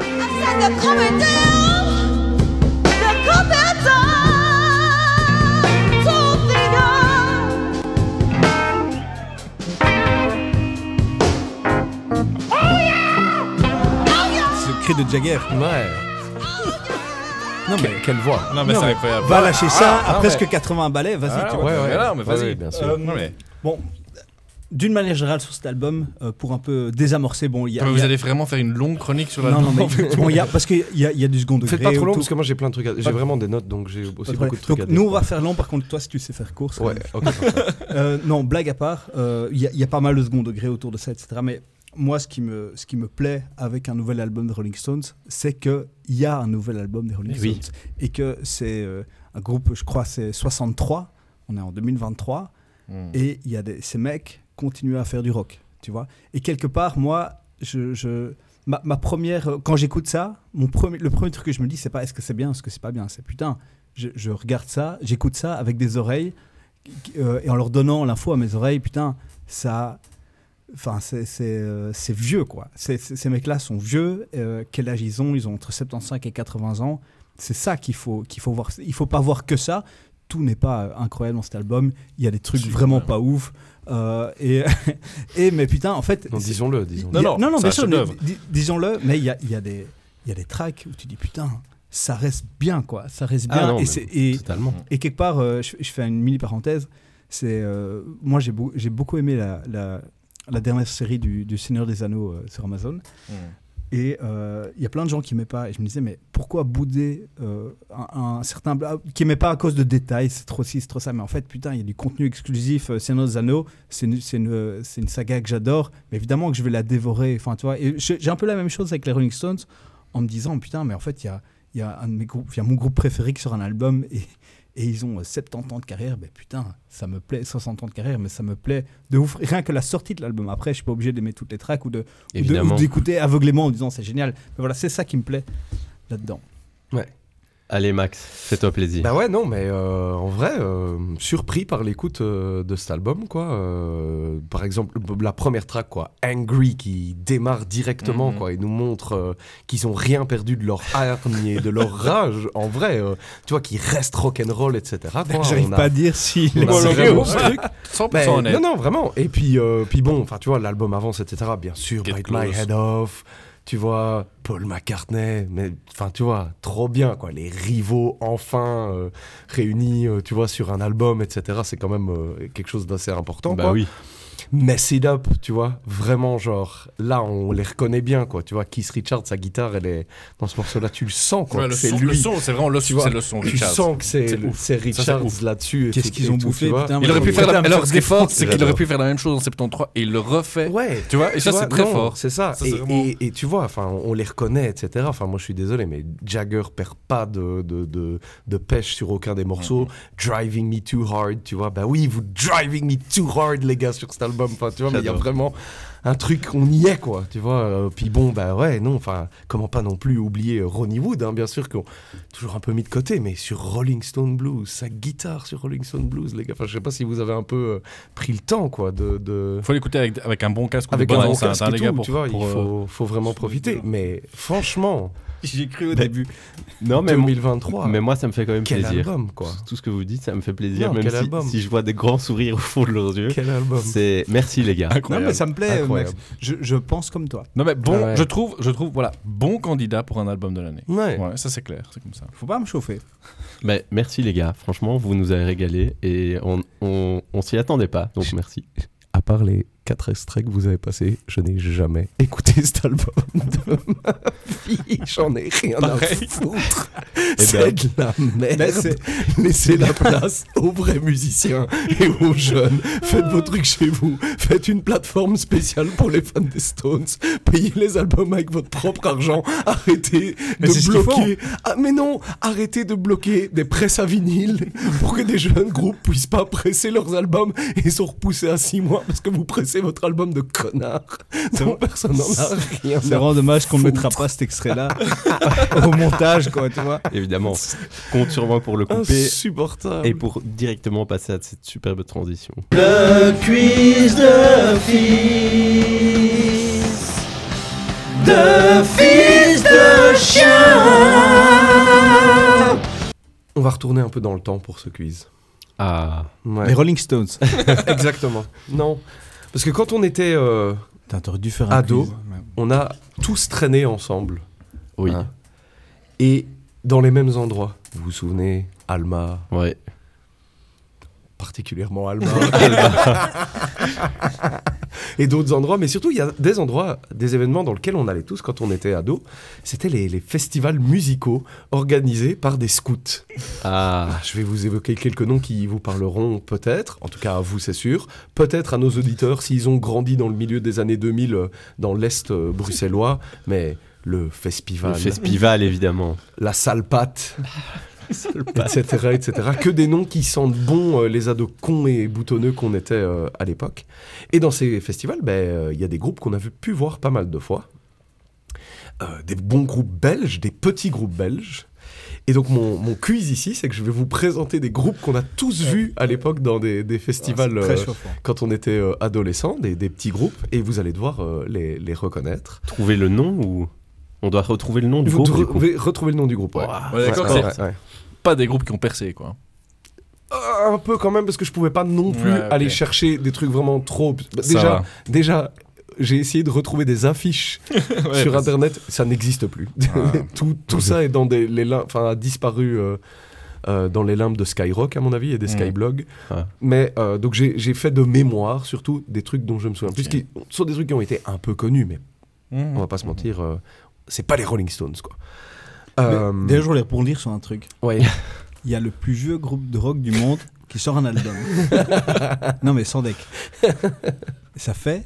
Cri de Jagger. Ouais. Non mais quelle voix. Non mais c'est incroyable. Va lâcher ça à presque 80 ballets, vas-y. Tu vois. Ouais, mais vas-y. Bien sûr. Bon, d'une manière générale sur cet album, pour un peu désamorcer, bon, vous allez vraiment faire une longue chronique sur l'album? Non, mais bon, parce qu'il y a du second degré. Faites pas trop long parce que moi j'ai plein de trucs. J'ai vraiment des notes, donc j'ai aussi beaucoup de trucs. Donc nous on va faire long. Par contre, toi si tu sais faire court. Ouais. Ok. Non, blague à part, il y a pas mal de second degré autour de ça, etc. Mais moi, ce qui me plaît avec un nouvel album de Rolling Stones, c'est qu'il y a un nouvel album des Rolling Stones. Et que c'est un groupe, je crois, c'est 63. On est en 2023. Et il y a ces mecs continuent à faire du rock, tu vois. Et quelque part, moi, ma première... Quand j'écoute ça, le premier truc que je me dis, c'est pas est-ce que c'est bien, est-ce que c'est pas bien. C'est putain, je regarde ça, j'écoute ça avec des oreilles et en leur donnant l'info à mes oreilles, putain, ça c'est vieux, quoi. Ces mecs-là sont vieux. Quel âge ils ont? Ils ont entre 75 et 80 ans. C'est ça qu'il faut voir. Il faut pas voir que ça. Tout n'est pas incroyable dans cet album. Il y a des trucs vraiment pas ouf. Mais putain, en fait... Non, disons-le. Non, bien sûr, disons-le. Mais il y a des tracks où tu dis, putain, ça reste bien, quoi. Ça reste bien. Totalement. Et quelque part, je fais une mini parenthèse. Moi, j'ai beaucoup aimé la dernière série du Seigneur des Anneaux sur Amazon. Et il y a plein de gens qui n'aimaient pas. Et je me disais, mais pourquoi bouder un certain... qui n'aimaient pas à cause de détails, c'est trop ci, c'est trop ça. Mais en fait, putain, il y a du contenu exclusif. Seigneur des Anneaux, c'est une saga que j'adore. Mais évidemment que je vais la dévorer. Enfin, tu vois. Et j'ai un peu la même chose avec les Rolling Stones, en me disant, putain, mais en fait, il y a mon groupe préféré qui sort un album et ils ont 70 ans de carrière. Ben putain, ça me plaît, 60 ans de carrière, mais ça me plaît de ouf. Rien que la sortie de l'album. Après, je suis pas obligé d'aimer toutes les tracks ou d'écouter aveuglément en disant c'est génial. Mais voilà, c'est ça qui me plaît là-dedans. Ouais. Allez Max, fais-toi plaisir. Bah ouais, non, mais en vrai, surpris par l'écoute de cet album, quoi. Par exemple, la première track, quoi, Angry, qui démarre directement, quoi, et nous montre qu'ils ont rien perdu de leur hargne et de leur rage, en vrai, tu vois, qu'ils restent rock'n'roll, etc. Quoi. J'arrive pas à dire si les vraiment ce truc. 100% honnête. Non, vraiment. Et puis bon, enfin, tu vois, l'album avance, etc. Bien sûr, Bite My Head Off. Tu vois, Paul McCartney, mais enfin, tu vois, trop bien, quoi. Les rivaux enfin réunis, tu vois, sur un album, etc. C'est quand même quelque chose d'assez important, bah quoi. Oui. Mess It Up, tu vois, vraiment, genre, là, on les reconnaît bien, quoi. Tu vois, Keith Richards, sa guitare, elle est dans ce morceau-là, tu le sens, quoi. Ouais, c'est lui. Le son, c'est vraiment le son, c'est le son. Tu Richards. sens que c'est Richards là-dessus. Qu'est-ce qu'ils ont bouffé, putain. Il aurait pu faire alors, ce qui est fort, c'est qu'il aurait pu faire la même chose en 73 et il le refait. Ouais. Tu vois, et ça, c'est très fort. C'est ça. Et tu vois, enfin, on les reconnaît, etc. Enfin, moi, je suis désolé, mais Jagger perd pas de pêche sur aucun des morceaux. Driving Me Too Hard, tu vois. Bah oui, vous driving me too hard, les gars, sur cet album. Enfin, tu vois, mais il y a vraiment un truc, on y est, quoi, tu vois. Puis bon, bah ouais, non, enfin, comment pas non plus oublier Ronnie Wood, hein, bien sûr, qu'on toujours un peu mis de côté, mais sur Rolling Stone Blues, sa guitare sur Rolling Stone Blues, les gars, enfin, je sais pas si vous avez un peu pris le temps, quoi, de... Faut l'écouter avec un bon casque, avec un bon casque, et les gars, tout, tu vois, il faut vraiment profiter, mais franchement... J'ai cru au début. Non, mais 2023. Mais moi, ça me fait quand même Quel plaisir. album, quoi. Tout ce que vous dites, ça me fait plaisir. Non, même si je vois des grands sourires au fond de leurs yeux. Quel album. C'est... Merci, les gars. Non, mais ça me plaît, Max. Je pense comme toi. Non, mais bon, je trouve, voilà, bon candidat pour un album de l'année. Ouais. Ça, c'est clair, c'est comme ça. Faut pas me chauffer. Mais merci, les gars. Franchement, vous nous avez régalé et on s'y attendait pas. Donc, merci. À part les 4 extraits que vous avez passés, je n'ai jamais écouté cet album de ma vie. J'en ai rien à foutre. C'est de la merde. Laissez la place aux vrais musiciens et aux jeunes. Faites vos trucs chez vous. Faites une plateforme spéciale pour les fans des Stones. Payez les albums avec votre propre argent. Arrêtez de bloquer. Ah, mais non, arrêtez de bloquer des presses à vinyle pour que des jeunes groupes puissent pas presser leurs albums et sont repoussés à 6 mois parce que vous pressez votre album de connard. Donc personne n'en a rien. C'est vraiment dommage qu'on ne mettra pas cet extrait-là au montage, quoi, tu vois. Évidemment, compte sur moi pour le couper. Insupportable. Et pour directement passer à cette superbe transition. Le quiz de fils de chien. On va retourner un peu dans le temps pour ce quiz. Ah. Ouais. Les Rolling Stones. Exactement. Non. Parce que quand on était t'aurais dû faire un ado, quiz. on a tous traîné ensemble. Oui. Hein, et dans les mêmes endroits. Vous vous souvenez, Alma. Ouais. Particulièrement Alma. Et d'autres endroits, mais surtout il y a des endroits, des événements dans lesquels on allait tous quand on était ados. C'était les festivals musicaux organisés par des scouts. Ah. Je vais vous évoquer quelques noms qui vous parleront peut-être, en tout cas à vous c'est sûr, peut-être à nos auditeurs s'ils ont grandi dans le milieu des années 2000 dans l'Est bruxellois, mais le Festival. Le Festival évidemment. La Salpate. etc. Que des noms qui sentent bon les ados cons et boutonneux qu'on était à l'époque. Et dans ces festivals, y a des groupes qu'on a pu voir pas mal de fois. Des bons groupes belges, des petits groupes belges. Et donc mon quiz ici, c'est que je vais vous présenter des groupes qu'on a tous vus à l'époque dans des festivals quand on était adolescents, des petits groupes, et vous allez devoir les reconnaître. Trouver le nom ou on doit retrouver le nom du groupe? Vous devez retrouver le nom du groupe, ouais. D'accord, c'est pas des groupes qui ont percé, quoi. Un peu quand même, parce que je pouvais pas non plus aller chercher des trucs vraiment trop... Déjà, j'ai essayé de retrouver des affiches sur Internet, ça n'existe plus. Tout ça est dans a disparu dans les limbes de Skyrock, à mon avis, et des Skyblogs. Mais donc j'ai fait de mémoire, surtout, des trucs dont je me souviens. Puisqu'ils sont des trucs qui ont été un peu connus, mais on va pas se mentir, c'est pas les Rolling Stones, quoi. Déjà, je voulais rebondir sur un truc. Ouais. Il y a le plus vieux groupe de rock du monde qui sort un album. Non, mais sans deck. Ça fait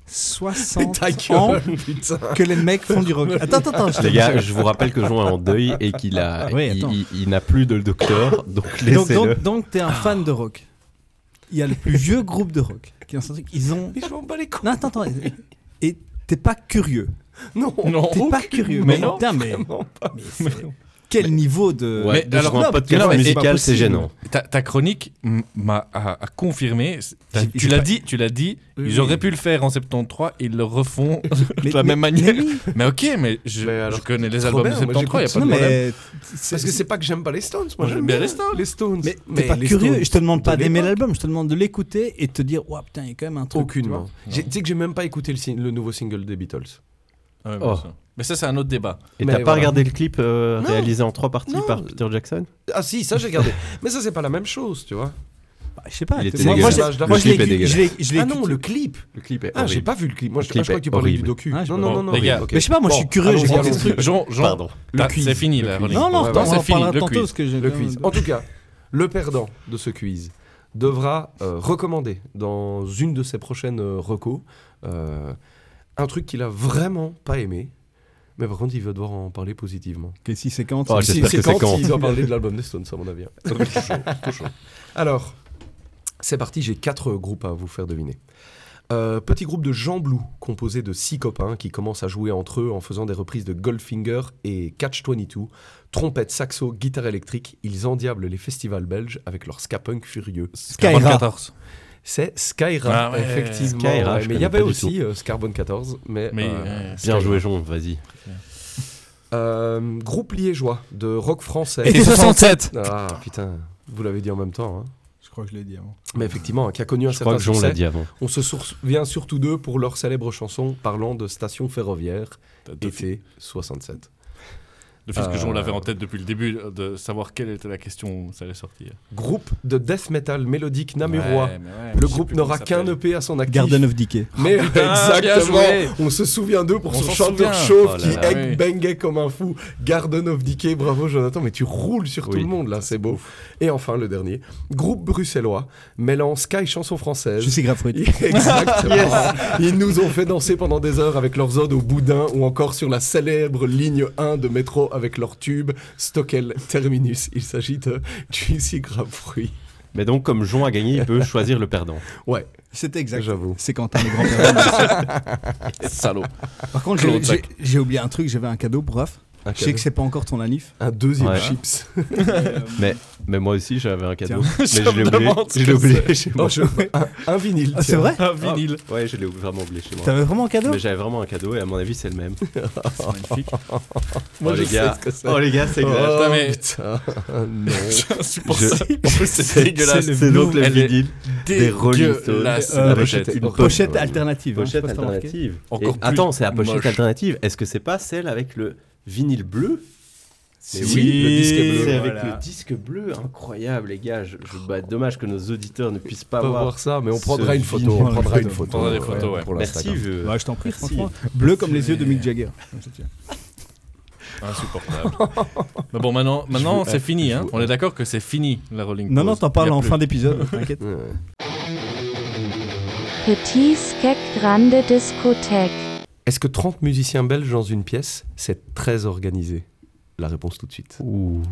60 ans que les mecs font du rock. Attends. Les gars, je vous rappelle que Jean est en deuil et qu'il il n'a plus de docteur, donc laissez-le. Donc t'es un fan de rock. Il y a le plus vieux groupe de rock qui ont sorti. Ils ont. Mais je m'en bats les couilles. Non, attends. Et t'es pas curieux. Non. T'es pas curieux. Mais non. Mais quel niveau de... Ouais, de alors, un podcast musical, c'est gênant. Ta chronique a confirmé. Tu l'as dit. Ils auraient pu le faire en 73, ils le refont de la même manière. Mais ok, mais je connais les albums de 73, il n'y a pas de problème. Parce que c'est pas que j'aime pas les Stones. Moi, j'aime bien les Stones. Mais t'es pas curieux. Je te demande pas d'aimer l'album, je te demande de l'écouter et de te dire, ouah, putain, il y a quand même un truc. Aucunement. Tu sais que j'ai même pas écouté le nouveau single des Beatles. Mais ça, c'est un autre débat. Et t'as pas regardé le clip réalisé en 3 parties par Peter Jackson? Ah si, ça j'ai regardé. Mais ça, c'est pas la même chose, tu vois. Je sais pas. Moi, le clip est dégueulasse. Ah non, le clip. Le clip est j'ai pas vu le clip. Moi, je crois que tu parlais du docu. Non. Les gars, mais je sais pas, moi, je suis curieux. J'ai des trucs. Pardon. C'est fini, là. Non, c'est fini. Le quiz. En tout cas, le perdant de ce quiz devra recommander dans une de ses prochaines recos un truc qu'il a vraiment pas aimé. Mais par contre, il va devoir en parler positivement. Si c'est quand il doit parler de l'album des Stones, à mon avis. Trop chaud. Alors, c'est parti, j'ai 4 groupes à vous faire deviner. Petit groupe de Jean Blou, composé de 6 copains qui commencent à jouer entre eux en faisant des reprises de Goldfinger et Catch-22. Trompette, saxo, guitare électrique, ils endiablent les festivals belges avec leur ska-punk furieux. Carbone 14. C'est Skyra, effectivement. Skyra, mais il y avait aussi Carbone 14. Mais bien joué, Jean, vas-y. Groupe liégeois de rock français. Et 67. Ah putain, vous l'avez dit en même temps. Hein. Je crois que je l'ai dit avant. Mais effectivement, qui a connu un certain succès. Je crois que Jean l'a dit avant. On se souvient surtout d'eux pour leur célèbre chanson parlant de station ferroviaire, été 67. Le fait que Jean l'avait en tête depuis le début, de savoir quelle était la question où ça allait sortir. Groupe de death metal mélodique namurois. Le groupe n'aura qu'un EP à son actif. Garden of Decay. Mais exactement, on se souvient d'eux pour son chanteur chauve qui bangait comme un fou. Garden of Decay, bravo Jonathan, mais tu roules sur tout le monde là, c'est beau. Et enfin le dernier, groupe bruxellois, mêlant ska et chanson française. Je suis Grapefruit. Exactement. Ils nous ont fait danser pendant des heures avec leurs odes au boudin ou encore sur la célèbre ligne 1 de métro avec leur tube Stockel Terminus. Il s'agit de Juicy Grapefruit. Mais donc, comme Jean a gagné, il peut choisir le perdant. Ouais. C'est exact. J'avoue. C'est Quentin le grand perdant. Salaud. Par contre, j'ai oublié un truc. J'avais un cadeau pour Raph. Je sais que c'est pas encore ton anif. Un deuxième chips. mais moi aussi j'avais un cadeau. Mais je l'ai oublié chez moi. Un vinyle. Ah, c'est vrai? Un vinyle. Ouais, je l'ai vraiment oublié chez moi. T'avais vraiment un cadeau? Mais j'avais vraiment un cadeau et à mon avis c'est le même. C'est magnifique. Moi je sais ce que c'est. Oh les gars, c'est grave. Putain. Non. C'est insupportable. En plus c'est dégueulasse. C'est donc le vinyle des Rolling Stones. Une pochette alternative. Pochette alternative. Attends, c'est la pochette alternative. Est-ce que c'est pas celle avec le vinyle bleu? Mais oui, le disque bleu. C'est avec le disque bleu, incroyable les gars. Dommage que nos auditeurs ne puissent pas voir ça, mais on prendra une photo. On prendra une photo. On prendra des photos, ouais. Merci. Je t'en prie, franchement. Bleu comme les yeux de Mick Jagger. Insupportable. Mais bon, maintenant c'est fini. Hein. On est d'accord que c'est fini la Rolling Pause. Non, t'en parles en fin d'épisode, t'inquiète. Petit skek grande discothèque. Est-ce que 30 musiciens belges dans une pièce, c'est très organisé? La réponse tout de suite. Ouh.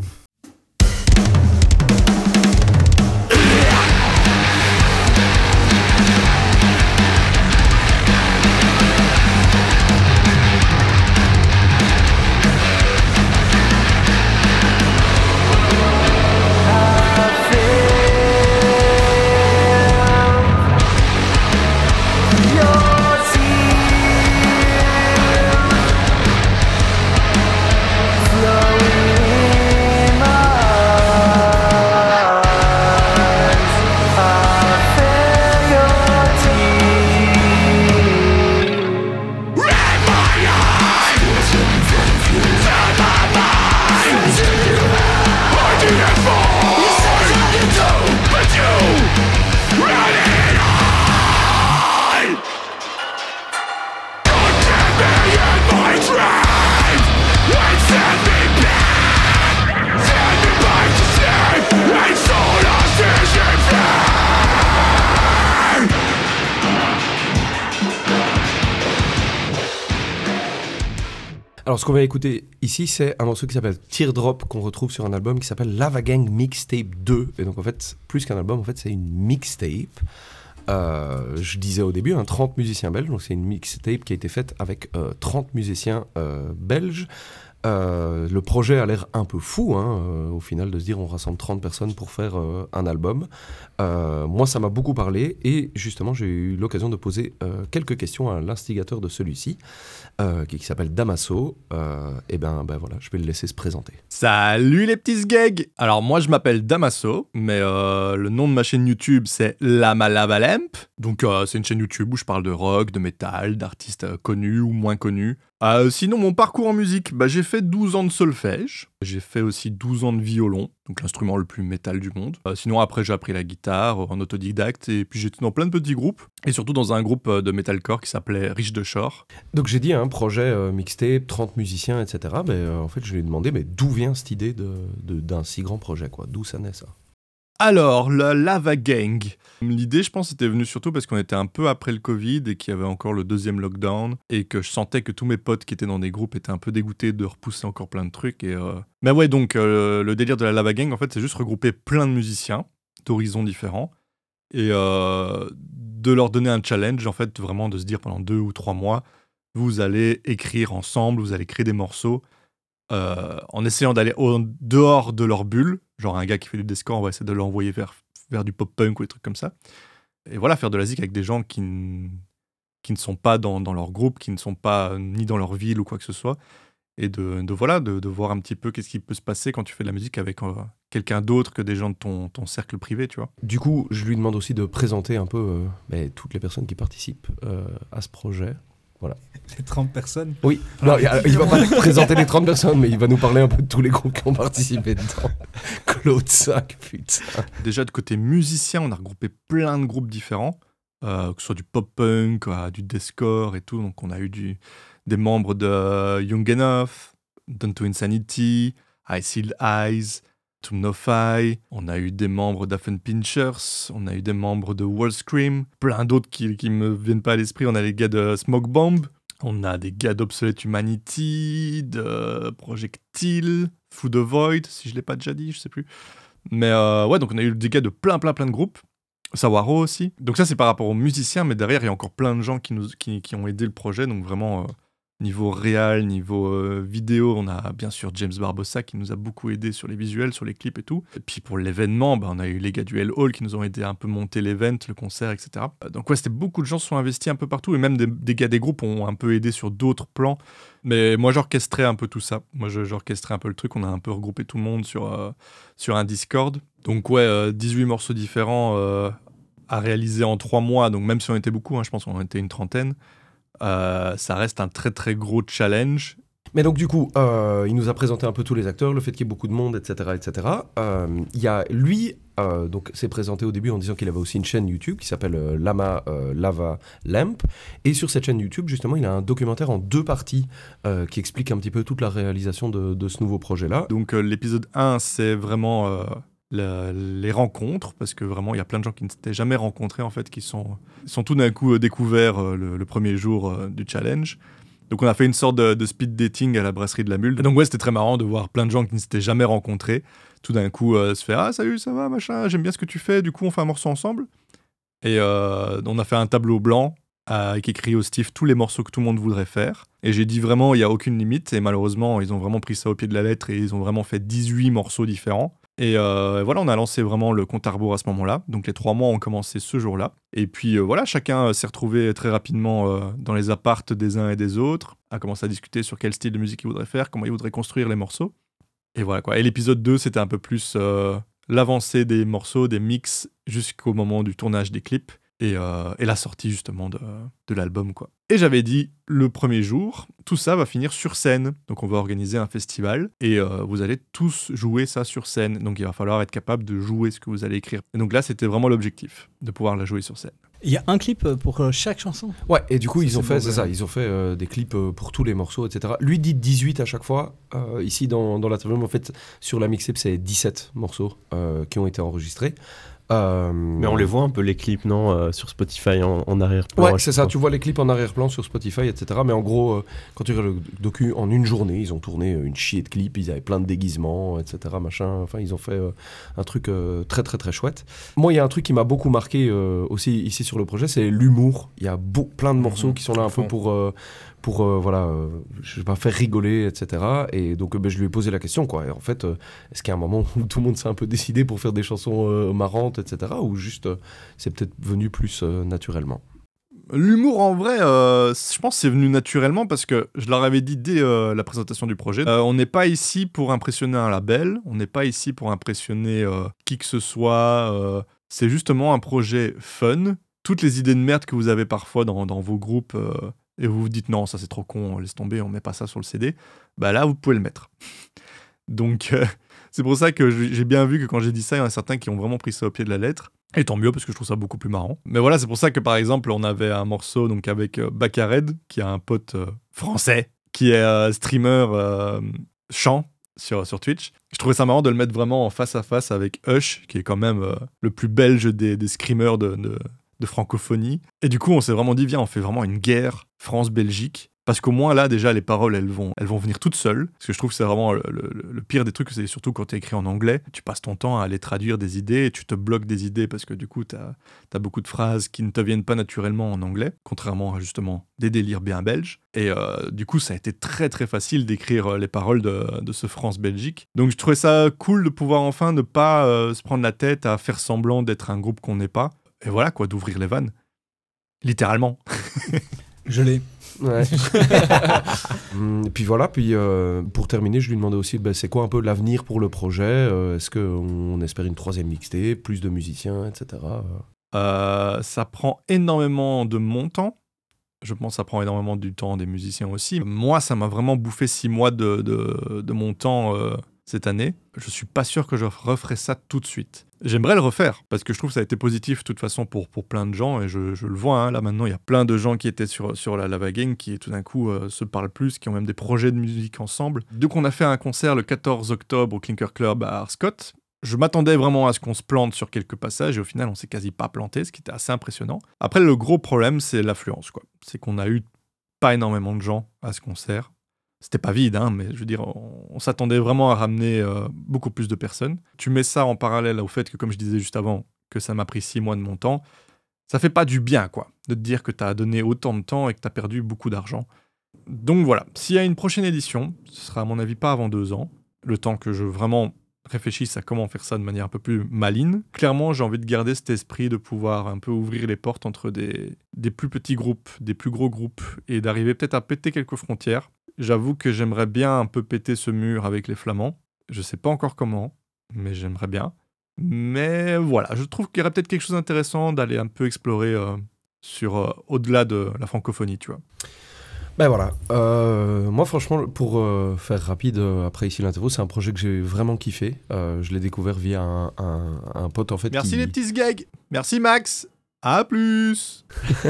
Alors, ce qu'on va écouter ici, c'est un morceau qui s'appelle Teardrop, qu'on retrouve sur un album qui s'appelle Lava Gang Mixtape 2. Et donc, en fait, plus qu'un album, en fait, c'est une mixtape. Je disais au début, 30 musiciens belges. Donc, c'est une mixtape qui a été faite avec 30 musiciens belges. Le projet a l'air un peu fou, au final, de se dire on rassemble 30 personnes pour faire un album. Moi, ça m'a beaucoup parlé et justement, j'ai eu l'occasion de poser quelques questions à l'instigateur de celui-ci, qui s'appelle Damaso. Et voilà, je vais le laisser se présenter. Salut les petits sgegs. Alors moi, je m'appelle Damaso, mais le nom de ma chaîne YouTube, c'est Lama Lava Lamp. Donc c'est une chaîne YouTube où je parle de rock, de métal, d'artistes connus ou moins connus. Sinon, mon parcours en musique, j'ai fait 12 ans de solfège, j'ai fait aussi 12 ans de violon, donc l'instrument le plus métal du monde. Sinon, après, j'ai appris la guitare en autodidacte, et puis j'étais dans plein de petits groupes, et surtout dans un groupe de metalcore qui s'appelait Riche de Shore. Donc j'ai dit, projet mixtape, 30 musiciens, etc. En fait, je lui ai demandé, d'où vient cette idée d'un si grand projet, quoi ? D'où ça naît, ça ? Alors, la Lava Gang. L'idée, je pense, était venue surtout parce qu'on était un peu après le Covid et qu'il y avait encore le deuxième lockdown et que je sentais que tous mes potes qui étaient dans des groupes étaient un peu dégoûtés de repousser encore plein de trucs. Mais ouais, donc, le délire de la Lava Gang, en fait, c'est juste regrouper plein de musiciens d'horizons différents et de leur donner un challenge, en fait, vraiment de se dire pendant 2 ou 3 mois, vous allez écrire ensemble, vous allez créer des morceaux en essayant d'aller en dehors de leur bulle. Genre un gars qui fait du deathcore, on va essayer de l'envoyer vers du pop-punk ou des trucs comme ça. Et voilà, faire de la zik avec des gens qui ne sont pas dans leur groupe, qui ne sont pas ni dans leur ville ou quoi que ce soit. Et de voir un petit peu qu'est-ce qui peut se passer quand tu fais de la musique avec quelqu'un d'autre que des gens de ton cercle privé, tu vois. Du coup, je lui demande aussi de présenter un peu toutes les personnes qui participent à ce projet. Voilà. Les 30 personnes ? Oui. Non, il va pas présenter les 30 personnes, mais il va nous parler un peu de tous les groupes qui ont participé dedans. Claude Sac, putain. Déjà, de côté musicien, on a regroupé plein de groupes différents, que ce soit du pop-punk, du deathcore et tout. Donc, on a eu des membres de Young Enough, Done to Insanity, I Sealed Eyes, To No-Fi, on a eu des membres d'Affen Pinchers, on a eu des membres de World Scream, plein d'autres qui me viennent pas à l'esprit. On a les gars de Smoke Bomb, on a des gars d'Obsolete Humanity, de Projectile, Food of Void, si je l'ai pas déjà dit, je sais plus. Mais ouais, donc on a eu des gars de plein de groupes. Sawaro aussi. Donc ça, c'est par rapport aux musiciens, mais derrière, il y a encore plein de gens qui ont aidé le projet, donc vraiment... Niveau réal, niveau vidéo, on a bien sûr James Barbossa qui nous a beaucoup aidé sur les visuels, sur les clips et tout. Et puis pour l'événement, on a eu les gars du Hell Hall qui nous ont aidé à un peu monter l'event, le concert, etc. Donc ouais, c'était beaucoup de gens se sont investis un peu partout et même des gars des groupes ont un peu aidé sur d'autres plans. Mais moi, j'orchestrais un peu tout ça. Moi, j'orchestrais un peu le truc. On a un peu regroupé tout le monde sur un Discord. Donc ouais, 18 morceaux différents à réaliser en 3 mois. Donc même si on était beaucoup, je pense qu'on était une 30aine. Ça reste un très très gros challenge. Mais donc du coup, il nous a présenté un peu tous les acteurs, le fait qu'il y ait beaucoup de monde, etc. etc. Il y a lui, donc s'est présenté au début en disant qu'il avait aussi une chaîne YouTube qui s'appelle Lava Lamp. Et sur cette chaîne YouTube, justement, il a un documentaire en 2 parties qui explique un petit peu toute la réalisation de ce nouveau projet-là. Donc l'épisode 1, c'est vraiment... les rencontres, parce que vraiment il y a plein de gens qui ne s'étaient jamais rencontrés en fait, qui sont tout d'un coup découverts le premier jour du challenge. Donc on a fait une sorte de speed dating à la brasserie de la Mule. Et donc ouais, c'était très marrant de voir plein de gens qui ne s'étaient jamais rencontrés tout d'un coup se faire « Ah salut, ça va, machin, j'aime bien ce que tu fais, du coup on fait un morceau ensemble ». Et on a fait un tableau blanc avec écrit au Steve tous les morceaux que tout le monde voudrait faire. Et j'ai dit vraiment il n'y a aucune limite, et malheureusement ils ont vraiment pris ça au pied de la lettre et ils ont vraiment fait 18 morceaux différents. Et voilà, on a lancé vraiment le compte à rebours à ce moment-là. Donc les 3 mois ont commencé ce jour-là. Et puis voilà, chacun s'est retrouvé très rapidement dans les appartes des uns et des autres, a commencé à discuter sur quel style de musique il voudrait faire, comment il voudrait construire les morceaux. Et voilà quoi. Et l'épisode 2, c'était un peu plus l'avancée des morceaux, des mix, jusqu'au moment du tournage des clips. Et la sortie justement de l'album quoi. Et j'avais dit le premier jour, tout ça va finir sur scène. Donc on va organiser un festival et vous allez tous jouer ça sur scène. Donc il va falloir être capable de jouer ce que vous allez écrire. Et donc là c'était vraiment l'objectif, de pouvoir la jouer sur scène. Il y a un clip pour chaque chanson. Ouais, et du coup, ils ont fait des clips pour tous les morceaux, etc. Lui dit 18 à chaque fois. Ici, dans l'album, en fait, sur la mixtape, c'est 17 morceaux qui ont été enregistrés. Mais on les voit un peu les clips, non, sur Spotify en arrière-plan. Ouais, c'est ça, tu vois les clips en arrière-plan sur Spotify, etc. Mais en gros, quand tu regardes le docu, en une journée, ils ont tourné une chier de clips, ils avaient plein de déguisements, etc. Machin. Enfin, ils ont fait un truc très très très chouette. Moi, il y a un truc qui m'a beaucoup marqué aussi ici sur le projet, c'est l'humour. Il y a plein de morceaux qui sont là un peu pour je vais pas faire rigoler, etc. Et donc je lui ai posé la question, quoi. Et en fait, est-ce qu'il y a un moment où tout le monde s'est un peu décidé pour faire des chansons marrantes, etc. ou juste c'est peut-être venu plus naturellement? L'humour, en vrai, je pense que c'est venu naturellement parce que je leur avais dit dès la présentation du projet, on n'est pas ici pour impressionner un label, on n'est pas ici pour impressionner qui que ce soit, c'est justement un projet fun. Toutes les idées de merde que vous avez parfois dans vos groupes et vous vous dites non, ça c'est trop con, on laisse tomber, on met pas ça sur le CD, bah là vous pouvez le mettre. Donc c'est pour ça que j'ai bien vu que quand j'ai dit ça, il y en a certains qui ont vraiment pris ça au pied de la lettre. Et tant mieux, parce que je trouve ça beaucoup plus marrant. Mais voilà, c'est pour ça que par exemple, on avait un morceau donc, avec Bakared, qui a un pote français, qui est streamer chant sur Twitch. Je trouvais ça marrant de le mettre vraiment en face à face avec Hush, qui est quand même le plus belge des screamers de francophonie. Et du coup, on s'est vraiment dit, viens, on fait vraiment une guerre France-Belgique. Parce qu'au moins là, déjà, les paroles, elles vont venir toutes seules. Parce que je trouve que c'est vraiment le pire des trucs, c'est surtout quand tu écris en anglais. Tu passes ton temps à aller traduire des idées et tu te bloques des idées parce que du coup, tu as beaucoup de phrases qui ne te viennent pas naturellement en anglais, contrairement à justement des délires bien belges. Et du coup, ça a été très très facile d'écrire les paroles de ce France-Belgique. Donc je trouvais ça cool de pouvoir enfin ne pas se prendre la tête à faire semblant d'être un groupe qu'on n'est pas. Et voilà quoi, d'ouvrir les vannes. Littéralement. Je l'ai. Ouais. Et puis voilà, pour terminer, je lui demandais aussi c'est quoi un peu l'avenir pour le projet, est-ce qu'on espère une 3e mixtape, plus de musiciens, etc. Ça prend énormément de mon temps. Je pense que ça prend énormément du temps des musiciens aussi. Moi, ça m'a vraiment bouffé 6 mois de mon temps cette année. Je suis pas sûr que je referai ça tout de suite. J'aimerais le refaire, parce que je trouve que ça a été positif de toute façon pour plein de gens, et je le vois, hein, là maintenant il y a plein de gens qui étaient sur la Lava Gang qui tout d'un coup se parlent plus, qui ont même des projets de musique ensemble. Donc on a fait un concert le 14 octobre au Clinker Club à Arscott. Je m'attendais vraiment à ce qu'on se plante sur quelques passages, et au final on s'est quasi pas planté, ce qui était assez impressionnant. Après le gros problème c'est l'affluence, quoi. C'est qu'on a eu pas énormément de gens à ce concert. C'était pas vide, hein, mais je veux dire, on s'attendait vraiment à ramener beaucoup plus de personnes. Tu mets ça en parallèle au fait que, comme je disais juste avant, que ça m'a pris 6 mois de mon temps, ça fait pas du bien, quoi, de te dire que t'as donné autant de temps et que t'as perdu beaucoup d'argent. Donc voilà, s'il y a une prochaine édition, ce sera à mon avis pas avant 2 ans, le temps que je vraiment réfléchisse à comment faire ça de manière un peu plus maligne. Clairement, j'ai envie de garder cet esprit de pouvoir un peu ouvrir les portes entre des plus petits groupes, des plus gros groupes, et d'arriver peut-être à péter quelques frontières. J'avoue que j'aimerais bien un peu péter ce mur avec les Flamands. Je sais pas encore comment, mais j'aimerais bien. Mais voilà, je trouve qu'il y aurait peut-être quelque chose d'intéressant d'aller un peu explorer sur au-delà de la francophonie, tu vois. Ben voilà, moi franchement, pour faire rapide après ici l'interview, c'est un projet que j'ai vraiment kiffé. Je l'ai découvert via un pote en fait. Merci les petits gags, merci Max. À plus.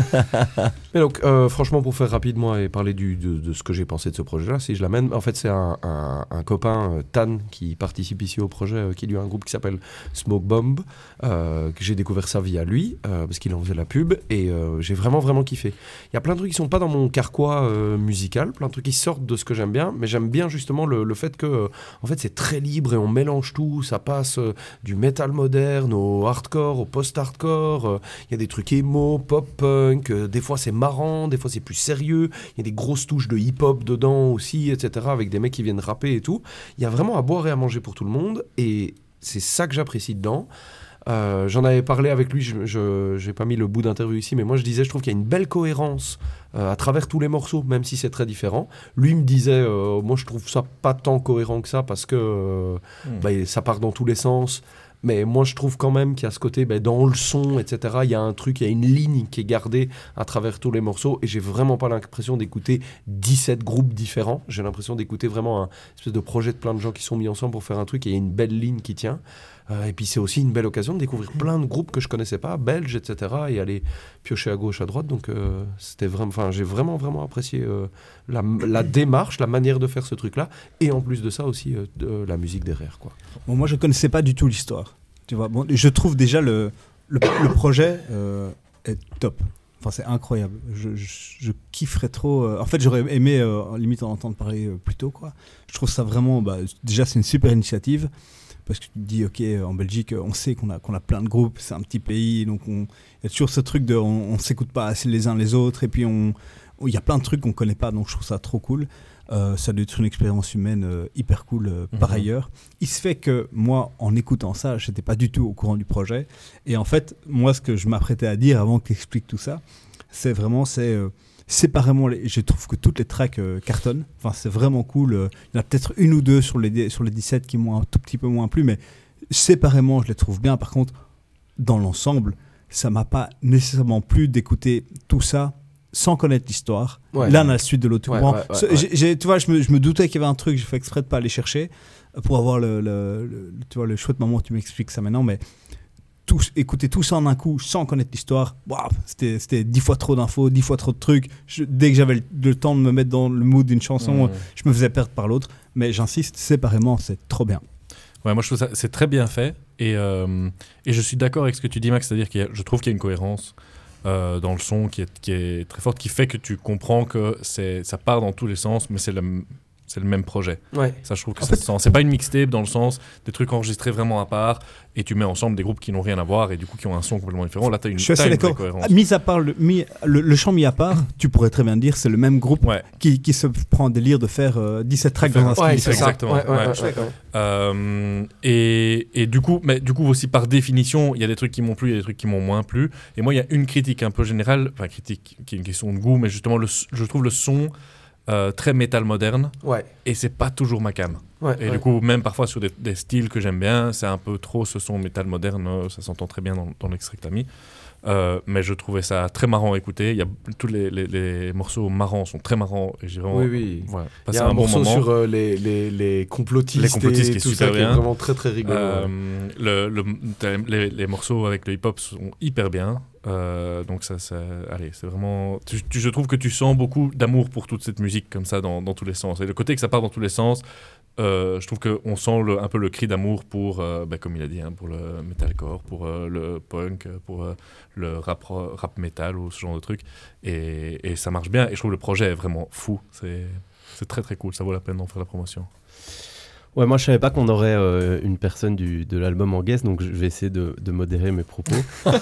Mais donc, franchement, pour faire rapide, moi, et parler de ce que j'ai pensé de ce projet-là, si je l'amène, en fait, c'est un copain, Tan, qui participe ici au projet, qui lui a un groupe qui s'appelle Smoke Bomb, que j'ai découvert ça via lui, parce qu'il en faisait la pub, et j'ai vraiment, vraiment kiffé. Il y a plein de trucs qui sont pas dans mon carquois musical, plein de trucs qui sortent de ce que j'aime bien, mais j'aime bien justement le fait que, en fait, c'est très libre et on mélange tout, ça passe du metal moderne au hardcore, au post-hardcore, il y a des trucs émo, pop-punk, des fois c'est marrant, des fois c'est plus sérieux, il y a des grosses touches de hip-hop dedans aussi, etc., avec des mecs qui viennent rapper et tout. Il y a vraiment à boire et à manger pour tout le monde, et c'est ça que j'apprécie dedans. J'en avais parlé avec lui, je n'ai pas mis le bout d'interview ici, mais moi je disais, je trouve qu'il y a une belle cohérence à travers tous les morceaux, même si c'est très différent. Lui me disait, moi je trouve ça pas tant cohérent que ça, parce que ça part dans tous les sens. Mais moi, je trouve quand même qu'il y a ce côté, dans le son, etc., il y a un truc, il y a une ligne qui est gardée à travers tous les morceaux, et j'ai vraiment pas l'impression d'écouter 17 groupes différents. J'ai l'impression d'écouter vraiment un espèce de projet de plein de gens qui sont mis ensemble pour faire un truc, et il y a une belle ligne qui tient. Et puis c'est aussi une belle occasion de découvrir plein de groupes que je connaissais pas, belges, etc. Et aller piocher à gauche, à droite. Donc c'était vraiment, j'ai vraiment apprécié la démarche, la manière de faire ce truc-là. Et en plus de ça aussi, la musique derrière, quoi. Bon, moi, je connaissais pas du tout l'histoire. Tu vois, bon, je trouve déjà le projet est top. Enfin, c'est incroyable. Je kifferais trop. En fait, j'aurais aimé limite en entendre parler plus tôt, quoi. Je trouve ça vraiment. Déjà, c'est une super initiative parce que tu te dis, ok, en Belgique, on sait qu'on a plein de groupes, c'est un petit pays, donc il y a toujours ce truc de, on s'écoute pas assez les uns les autres, et puis il y a plein de trucs qu'on connaît pas, donc je trouve ça trop cool. Ça doit être une expérience humaine hyper cool par ailleurs. Il se fait que moi, en écoutant ça, je n'étais pas du tout au courant du projet. Et en fait, moi, ce que je m'apprêtais à dire avant que tu expliques tout ça, c'est vraiment, séparément, je trouve que toutes les tracks cartonnent. Enfin, c'est vraiment cool. Il y en a peut-être une ou deux sur les 17 qui m'ont un tout petit peu moins plu, mais séparément, je les trouve bien. Par contre, dans l'ensemble, ça ne m'a pas nécessairement plu d'écouter tout ça sans connaître l'histoire. Ouais. L'un à la suite de l'autre. Tu vois, je me doutais qu'il y avait un truc, j'ai fait exprès de pas aller chercher pour avoir tu vois, le chouette moment où tu m'expliques ça maintenant, mais écouter tout ça en un coup sans connaître l'histoire, c'était 10 fois trop d'infos, 10 fois trop de trucs. Dès que j'avais le temps de me mettre dans le mood d'une chanson, je me faisais perdre par l'autre. Mais j'insiste, séparément, c'est trop bien. Ouais, moi je trouve ça c'est très bien fait et je suis d'accord avec ce que tu dis, Max, c'est-à-dire je trouve qu'il y a une cohérence dans le son qui est très forte, qui fait que tu comprends que ça part dans tous les sens, mais c'est le même projet. Ouais. Ça, je trouve que c'est pas une mixtape dans le sens des trucs enregistrés vraiment à part et tu mets ensemble des groupes qui n'ont rien à voir et du coup qui ont un son complètement différent. Là, tu as une vraie cohérence. Mis à part le chant mis à part, tu pourrais très bien dire c'est le même groupe qui se prend un délire de faire 17 tracks dans un style. Ouais, c'est exactement. Et du coup aussi par définition, il y a des trucs qui m'ont plu, il y a des trucs qui m'ont moins plu. Et moi, il y a une critique un peu générale, enfin critique qui est une question de goût, mais justement je trouve le son très métal moderne, et c'est pas toujours ma cam. Du coup, même parfois sur des styles que j'aime bien, c'est un peu trop ce son métal moderne, ça s'entend très bien dans l'extrait que t'as mis. Mais je trouvais ça très marrant à écouter. Tous les morceaux marrants sont très marrants et j'ai vraiment passé un bon moment. Il y a un morceau sur les complotistes qui est tout super ça, bien. Qui est vraiment très très rigolo. Les morceaux avec le hip-hop sont hyper bien. Donc allez, c'est vraiment. Je trouve que tu sens beaucoup d'amour pour toute cette musique comme ça dans tous les sens. Et le côté que ça part dans tous les sens, je trouve qu'on sent un peu le cri d'amour pour, comme il a dit, pour le metalcore, pour le punk, pour le rap metal ou ce genre de truc. Et ça marche bien. Et je trouve le projet est vraiment fou. C'est très très cool. Ça vaut la peine d'en faire la promotion. Ouais, moi je savais pas qu'on aurait une personne de l'album en guest, donc je vais essayer de modérer mes propos.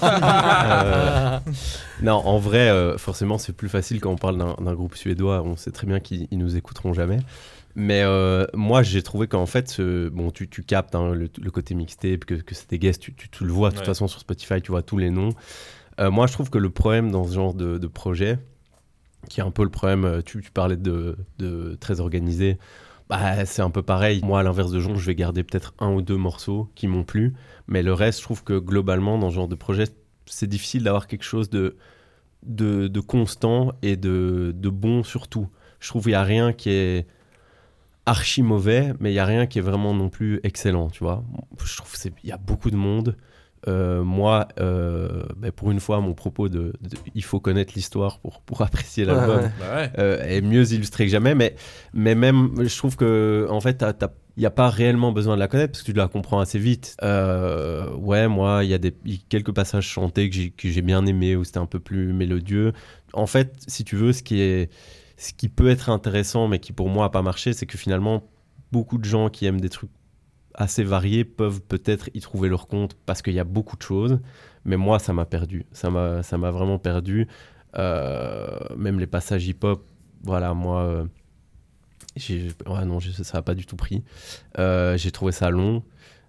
Non, en vrai, forcément c'est plus facile quand on parle d'un groupe suédois, on sait très bien qu'ils nous écouteront jamais. Mais moi j'ai trouvé qu'en fait, tu captes le côté mixtape, que c'est des guests, tu le vois de toute façon sur Spotify, tu vois tous les noms. Moi je trouve que le problème dans ce genre de projet, qui est un peu le problème, tu parlais de très organisé, c'est un peu pareil. Moi, à l'inverse de Jean, je vais garder peut-être 1 ou 2 morceaux qui m'ont plu. Mais le reste, je trouve que globalement, dans ce genre de projet, c'est difficile d'avoir quelque chose de constant et de bon surtout. Je trouve qu'il n'y a rien qui est archi mauvais, mais il n'y a rien qui est vraiment non plus excellent, tu vois. Je trouve qu'il y a beaucoup de monde. Moi, pour une fois, mon propos il faut connaître l'histoire pour apprécier l'album est mieux illustré que jamais. Mais même, je trouve que en fait, il n'y a pas réellement besoin de la connaître parce que tu la comprends assez vite. Moi, il y a quelques passages chantés que j'ai bien aimés où c'était un peu plus mélodieux. En fait, si tu veux, ce qui peut être intéressant, mais qui pour moi n'a pas marché, c'est que finalement, beaucoup de gens qui aiment des trucs assez variés peuvent peut-être y trouver leur compte parce qu'il y a beaucoup de choses, mais moi ça m'a perdu, ça m'a vraiment perdu. Même les passages hip-hop, voilà, moi ça n'a pas du tout pris. J'ai trouvé ça long.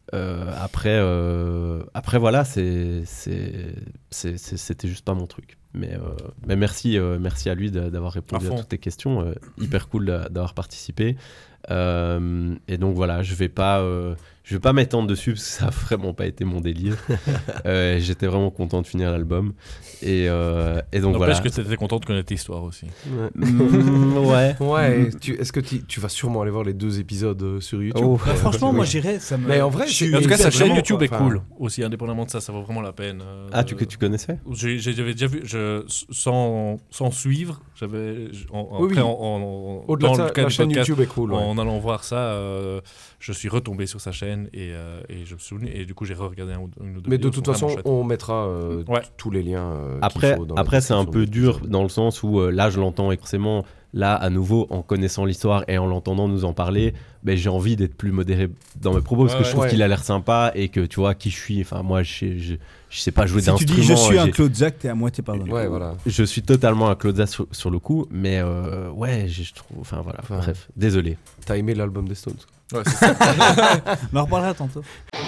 Après voilà, c'était juste pas mon truc, Mais merci à lui d'avoir répondu à toutes tes questions. Hyper cool d'avoir participé. Et donc voilà, je vais pas m'étendre dessus parce que ça a vraiment pas été mon délire. J'étais vraiment content de finir l'album. Et donc voilà. N'empêche que tu étais content de connaître l'histoire aussi. Ouais. Ouais. Est-ce que tu vas sûrement aller voir les 2 épisodes sur YouTube? Franchement, moi j'irais. Mais en vrai, en tout cas, sa chaîne YouTube est cool. Aussi, indépendamment de ça, ça vaut vraiment la peine. Tu connaissais? J'avais déjà vu, sans suivre, j'avais au-delà de ça, la chaîne YouTube est cool. En allant voir ça, je suis retombé sur sa chaîne et je me souviens, et du coup j'ai re-regardé une ou deux vidéos. Mais de toute façon, on mettra tous les liens. Après c'est un peu dur dans le sens où là je l'entends et forcément là à nouveau en connaissant l'histoire et en l'entendant nous en parler, j'ai envie d'être plus modéré dans mes propos parce que je trouve qu'il a l'air sympa et que tu vois qui je suis. Enfin moi je sais pas jouer d'instrument. Si tu dis je suis un Claude Zach, t'es à moitié pardonné. Ouais voilà. Je suis totalement un Claude Zach sur le coup, mais je trouve. Enfin voilà. Bref, désolé. T'as aimé l'album des Stones? Ouais, c'est ça. On en reparlera tantôt.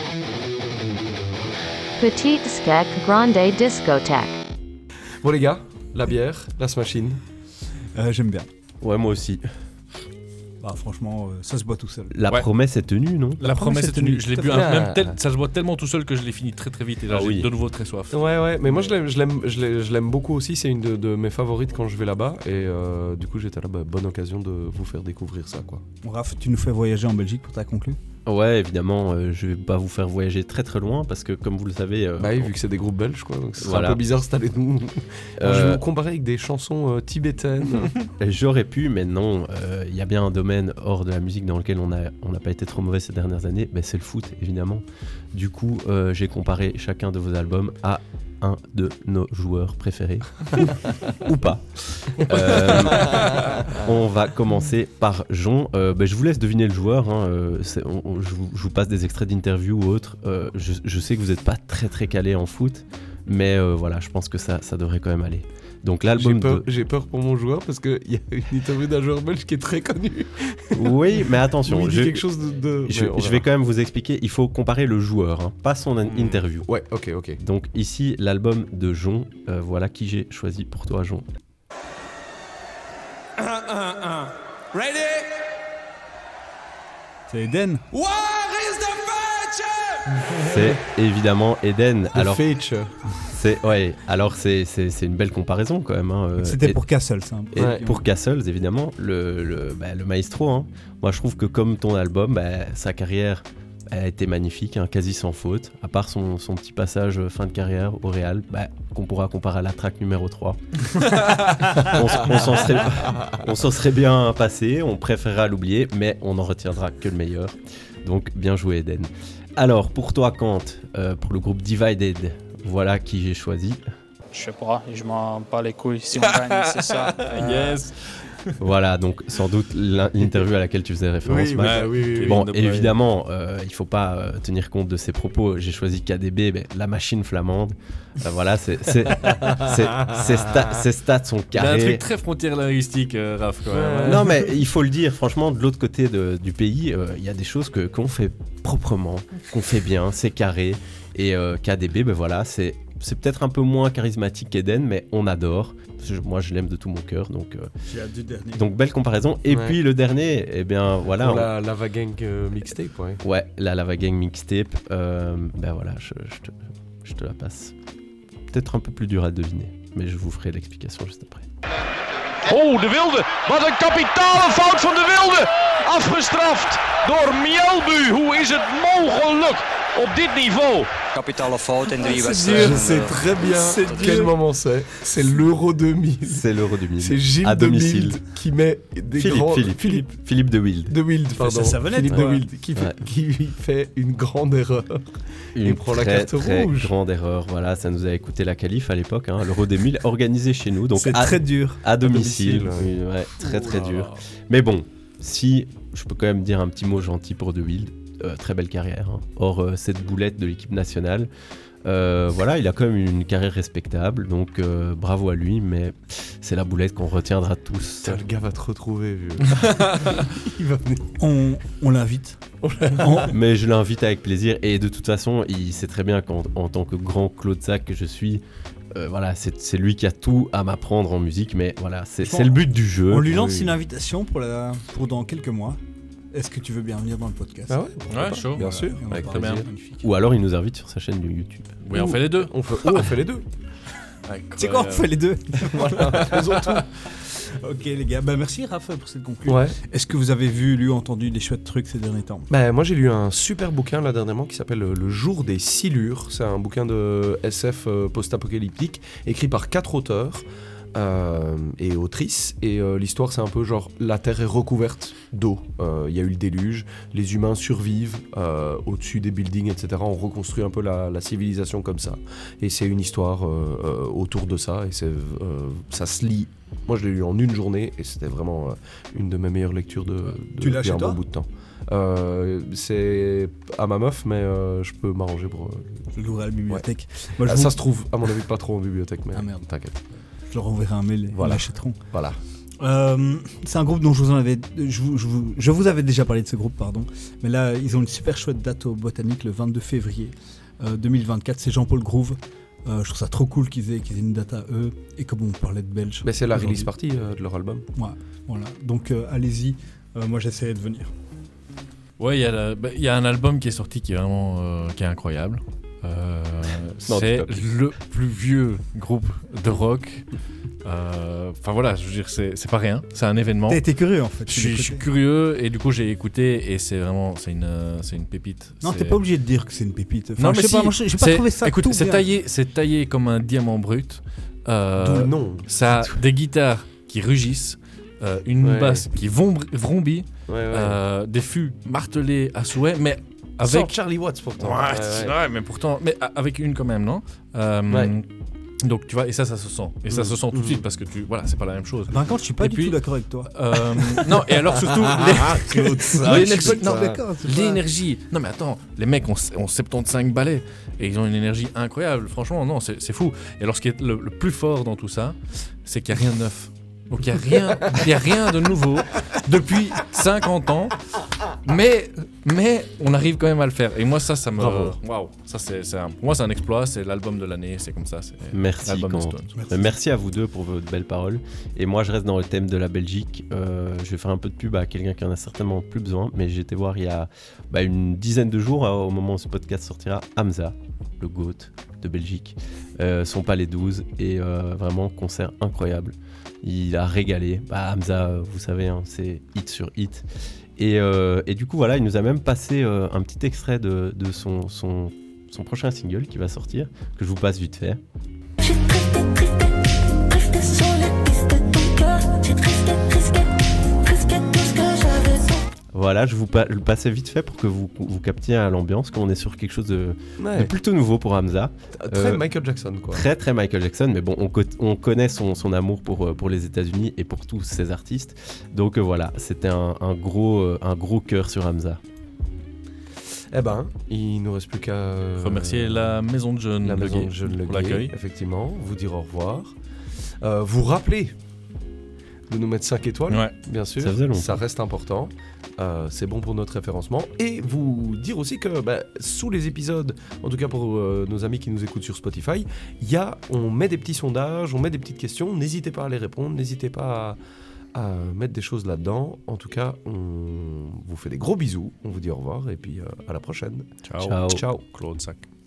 Petite Skek Grande Discothèque. Bon les gars, la bière, la smashine. J'aime bien. Ouais, moi aussi. Franchement, ça se boit tout seul. La promesse est tenue, non? La promesse est tenue. Je l'ai bu ça se boit tellement tout seul que je l'ai fini très très vite et là j'ai de nouveau très soif. Ouais, mais moi je l'aime beaucoup aussi. C'est une de mes favorites quand je vais là-bas et du coup j'étais là, bonne occasion de vous faire découvrir ça quoi. Bon, Raph, tu nous fais voyager en Belgique pour ta conclue? Ouais, évidemment, je vais pas vous faire voyager très très loin parce que comme vous le savez... vu que c'est des groupes belges quoi, donc c'est un peu bizarre cette année. Je vais vous comparer avec des chansons tibétaines. J'aurais pu, mais non, il y a bien un domaine hors de la musique dans lequel on n'a pas été trop mauvais ces dernières années, c'est le foot évidemment. Du coup, j'ai comparé chacun de vos albums à un de nos joueurs préférés ou pas. On va commencer par Jon. Je vous laisse deviner le joueur. Je vous passe des extraits d'interviews ou autres. Je sais que vous n'êtes pas très très calé en foot, mais voilà, je pense que ça devrait quand même aller. Donc l'album j'ai peur pour mon joueur parce qu'il y a une interview d'un joueur belge qui est très connu. Oui, mais attention, il dit quelque chose de... je vais quand même vous expliquer. Il faut comparer le joueur, pas son interview. Ouais, ok. Donc ici, l'album de Jon. Voilà qui j'ai choisi pour toi, Jon. Ready? C'est Eden. Where is the future? C'est évidemment Eden. Alors feature. C'est une belle comparaison quand même. C'était pour Castles. Pour Castles, évidemment, le maestro. Moi, je trouve que comme ton album, sa carrière a été magnifique, quasi sans faute, à part son petit passage fin de carrière au Real, qu'on pourra comparer à la track numéro 3. on s'en serait bien passé, on préférera l'oublier, mais on n'en retiendra que le meilleur. Donc, bien joué, Eden. Alors, pour toi, Kant, pour le groupe Divided, voilà qui j'ai choisi. Je sais pas, je m'en bats les couilles si on gagne, c'est ça. Yes. Voilà, donc sans doute l'interview à laquelle tu faisais référence. Oui. Bon, évidemment, il faut pas tenir compte de ses propos. J'ai choisi KDB, la machine flamande. Voilà, ses stats sont carrés. Il y a un truc très frontière linguistique, Raph. Non, mais il faut le dire, franchement, de l'autre côté du pays, il y a des choses qu'on fait proprement, qu'on fait bien, c'est carré. Et KDB, c'est peut-être un peu moins charismatique qu'Eden, mais on adore. Moi, je l'aime de tout mon cœur, donc. J'ai hâte du dernier. Donc belle comparaison. Et puis le dernier, voilà. Pour la Lava Gang mixtape, ouais. Ouais, la Lava Gang mixtape. Voilà, je te la passe. Peut-être un peu plus dur à deviner, mais je vous ferai l'explication juste après. Oh, De Wilde. Wat een kapitale fout van De Wilde. Afgestraft door Mjelbu. Hoe is het mogelijk op dit niveau? Capitale fout in 3 wedstrijden. Je sais très bien quel moment c'est. C'est l'Euro 2000. C'est l'Euro 2000. C'est Gilles à de domicile. Wilde qui met des grands... Philippe de Wilde. De Wilde, pardon. Ça venait Philippe de Wilde qui fait une grande erreur. Il prend la carte très rouge. Grande erreur. Voilà, ça nous avait coûté la qualif à l'époque. L'Euro 2000 organisé chez nous. Donc c'est très dur. À domicile. Ouais, très dur. Mais bon, si je peux quand même dire un petit mot gentil pour De Wilde. Très belle carrière. Or, cette boulette de l'équipe nationale, voilà, il a quand même une carrière respectable, donc bravo à lui, mais c'est la boulette qu'on retiendra tous. Le gars va te retrouver, vieux. Il va venir. On l'invite Mais je l'invite avec plaisir. Et de toute façon, il sait très bien qu'en tant que grand Claude Sac que je suis, voilà, c'est lui qui a tout à m'apprendre en musique. Mais voilà, c'est le but du jeu. On lui lance une invitation pour dans quelques mois. Est-ce que tu veux bien venir dans le podcast? Ah ouais, chaud. Bien sûr, avec très bien. Ou alors il nous invite sur sa chaîne de YouTube. Oui, on fait les deux. On fait les deux. C'est quoi, on fait les deux? Voilà, faisons tout. Ok les gars, merci Raph pour cette conclusion. Ouais. Est-ce que vous avez vu, lu, entendu des chouettes trucs ces derniers temps? Moi j'ai lu un super bouquin là dernièrement qui s'appelle Le jour des silures. C'est un bouquin de SF post-apocalyptique écrit par 4 auteurs et autrices. Et l'histoire c'est un peu genre la Terre est recouverte d'eau. Il y a eu le déluge, les humains survivent au-dessus des buildings, etc. On reconstruit un peu la civilisation comme ça. Et c'est une histoire autour de ça. Et ça se lit. Moi je l'ai lu en une journée et c'était vraiment une de mes meilleures lectures Tu l'as depuis chez un toi bon bout de temps. C'est à ma meuf, mais je peux m'arranger pour. Je l'ouvre à la bibliothèque. Ouais. Moi, ça se trouve, à mon avis, pas trop en bibliothèque, mais merde. T'inquiète. Je leur enverrai un mail et ils l'achèteront. Voilà. C'est un groupe dont je vous avais déjà parlé de ce groupe, pardon. Mais là, ils ont une super chouette date au Botanique le 22 février 2024. C'est Jean-Paul Groove. Je trouve ça trop cool qu'ils aient une date à eux. Et comme on parlait de Belge. Mais c'est la release party de leur album. Ouais, voilà. Donc allez-y. Moi, j'essaierai de venir. Ouais, il y a un album qui est sorti qui est vraiment qui est incroyable. C'est le plus vieux groupe de rock. Enfin voilà, je veux dire, c'est pas rien, c'est un événement. T'as été curieux en fait. Je suis curieux et du coup j'ai écouté et c'est vraiment c'est une pépite. Non, t'es pas obligé de dire que c'est une pépite. Enfin, non, je mais sais pas, moi j'ai pas trouvé ça. Écoute, tout c'est bien. taillé comme un diamant brut. D'où le nom. Ça a des guitares qui rugissent. Une basse qui vrombit, des fûts martelés à souhait, mais avec sans Charlie Watts pourtant. Ouais, mais pourtant, mais avec une quand même, non? Donc tu vois, et ça se sent, et ça se sent tout de suite parce que c'est pas la même chose. Quand je suis pas du tout d'accord avec toi. Non, et alors surtout l'énergie. Non mais attends, les mecs ont 75 ballets et ils ont une énergie incroyable. Franchement, non, c'est fou. Et alors ce qui est le plus fort dans tout ça, c'est qu'il y a rien de neuf. Donc il y a rien de nouveau depuis 50 ans, mais on arrive quand même à le faire. Et moi ça me waouh, ça pour moi c'est un exploit, c'est l'album de l'année, c'est comme ça, c'est l'album de Stones. Merci à vous deux pour votre belle parole. Et moi je reste dans le thème de la Belgique. Je vais faire un peu de pub à quelqu'un qui en a certainement plus besoin, mais j'ai été voir il y a une dizaine de jours, au moment où ce podcast sortira, Hamza, le GOAT de Belgique, son Palais 12, et vraiment concert incroyable. Il a régalé. Hamza, vous savez, c'est hit sur hit. Et du coup, voilà, il nous a même passé un petit extrait de son prochain single qui va sortir, que je vous passe vite fait. Voilà, je vous le passais vite fait pour que vous captiez à l'ambiance, qu'on est sur quelque chose de plutôt nouveau pour Hamza. Très Michael Jackson, quoi. Très Michael Jackson, mais bon, on connaît son amour pour les États-Unis et pour tous ses artistes. Donc voilà, c'était un gros cœur sur Hamza. Il nous reste plus qu'à remercier la Maison de Jeunes pour l'accueil. Effectivement, vous dire au revoir. Vous rappeler de nous mettre 5 étoiles, bien sûr, ça reste important. C'est bon pour notre référencement. Et vous dire aussi que sous les épisodes, en tout cas pour nos amis qui nous écoutent sur Spotify, on met des petits sondages, on met des petites questions. N'hésitez pas à les répondre, n'hésitez pas à mettre des choses là-dedans. En tout cas, on vous fait des gros bisous, on vous dit au revoir et puis à la prochaine. Ciao. Ciao. Claude Sac.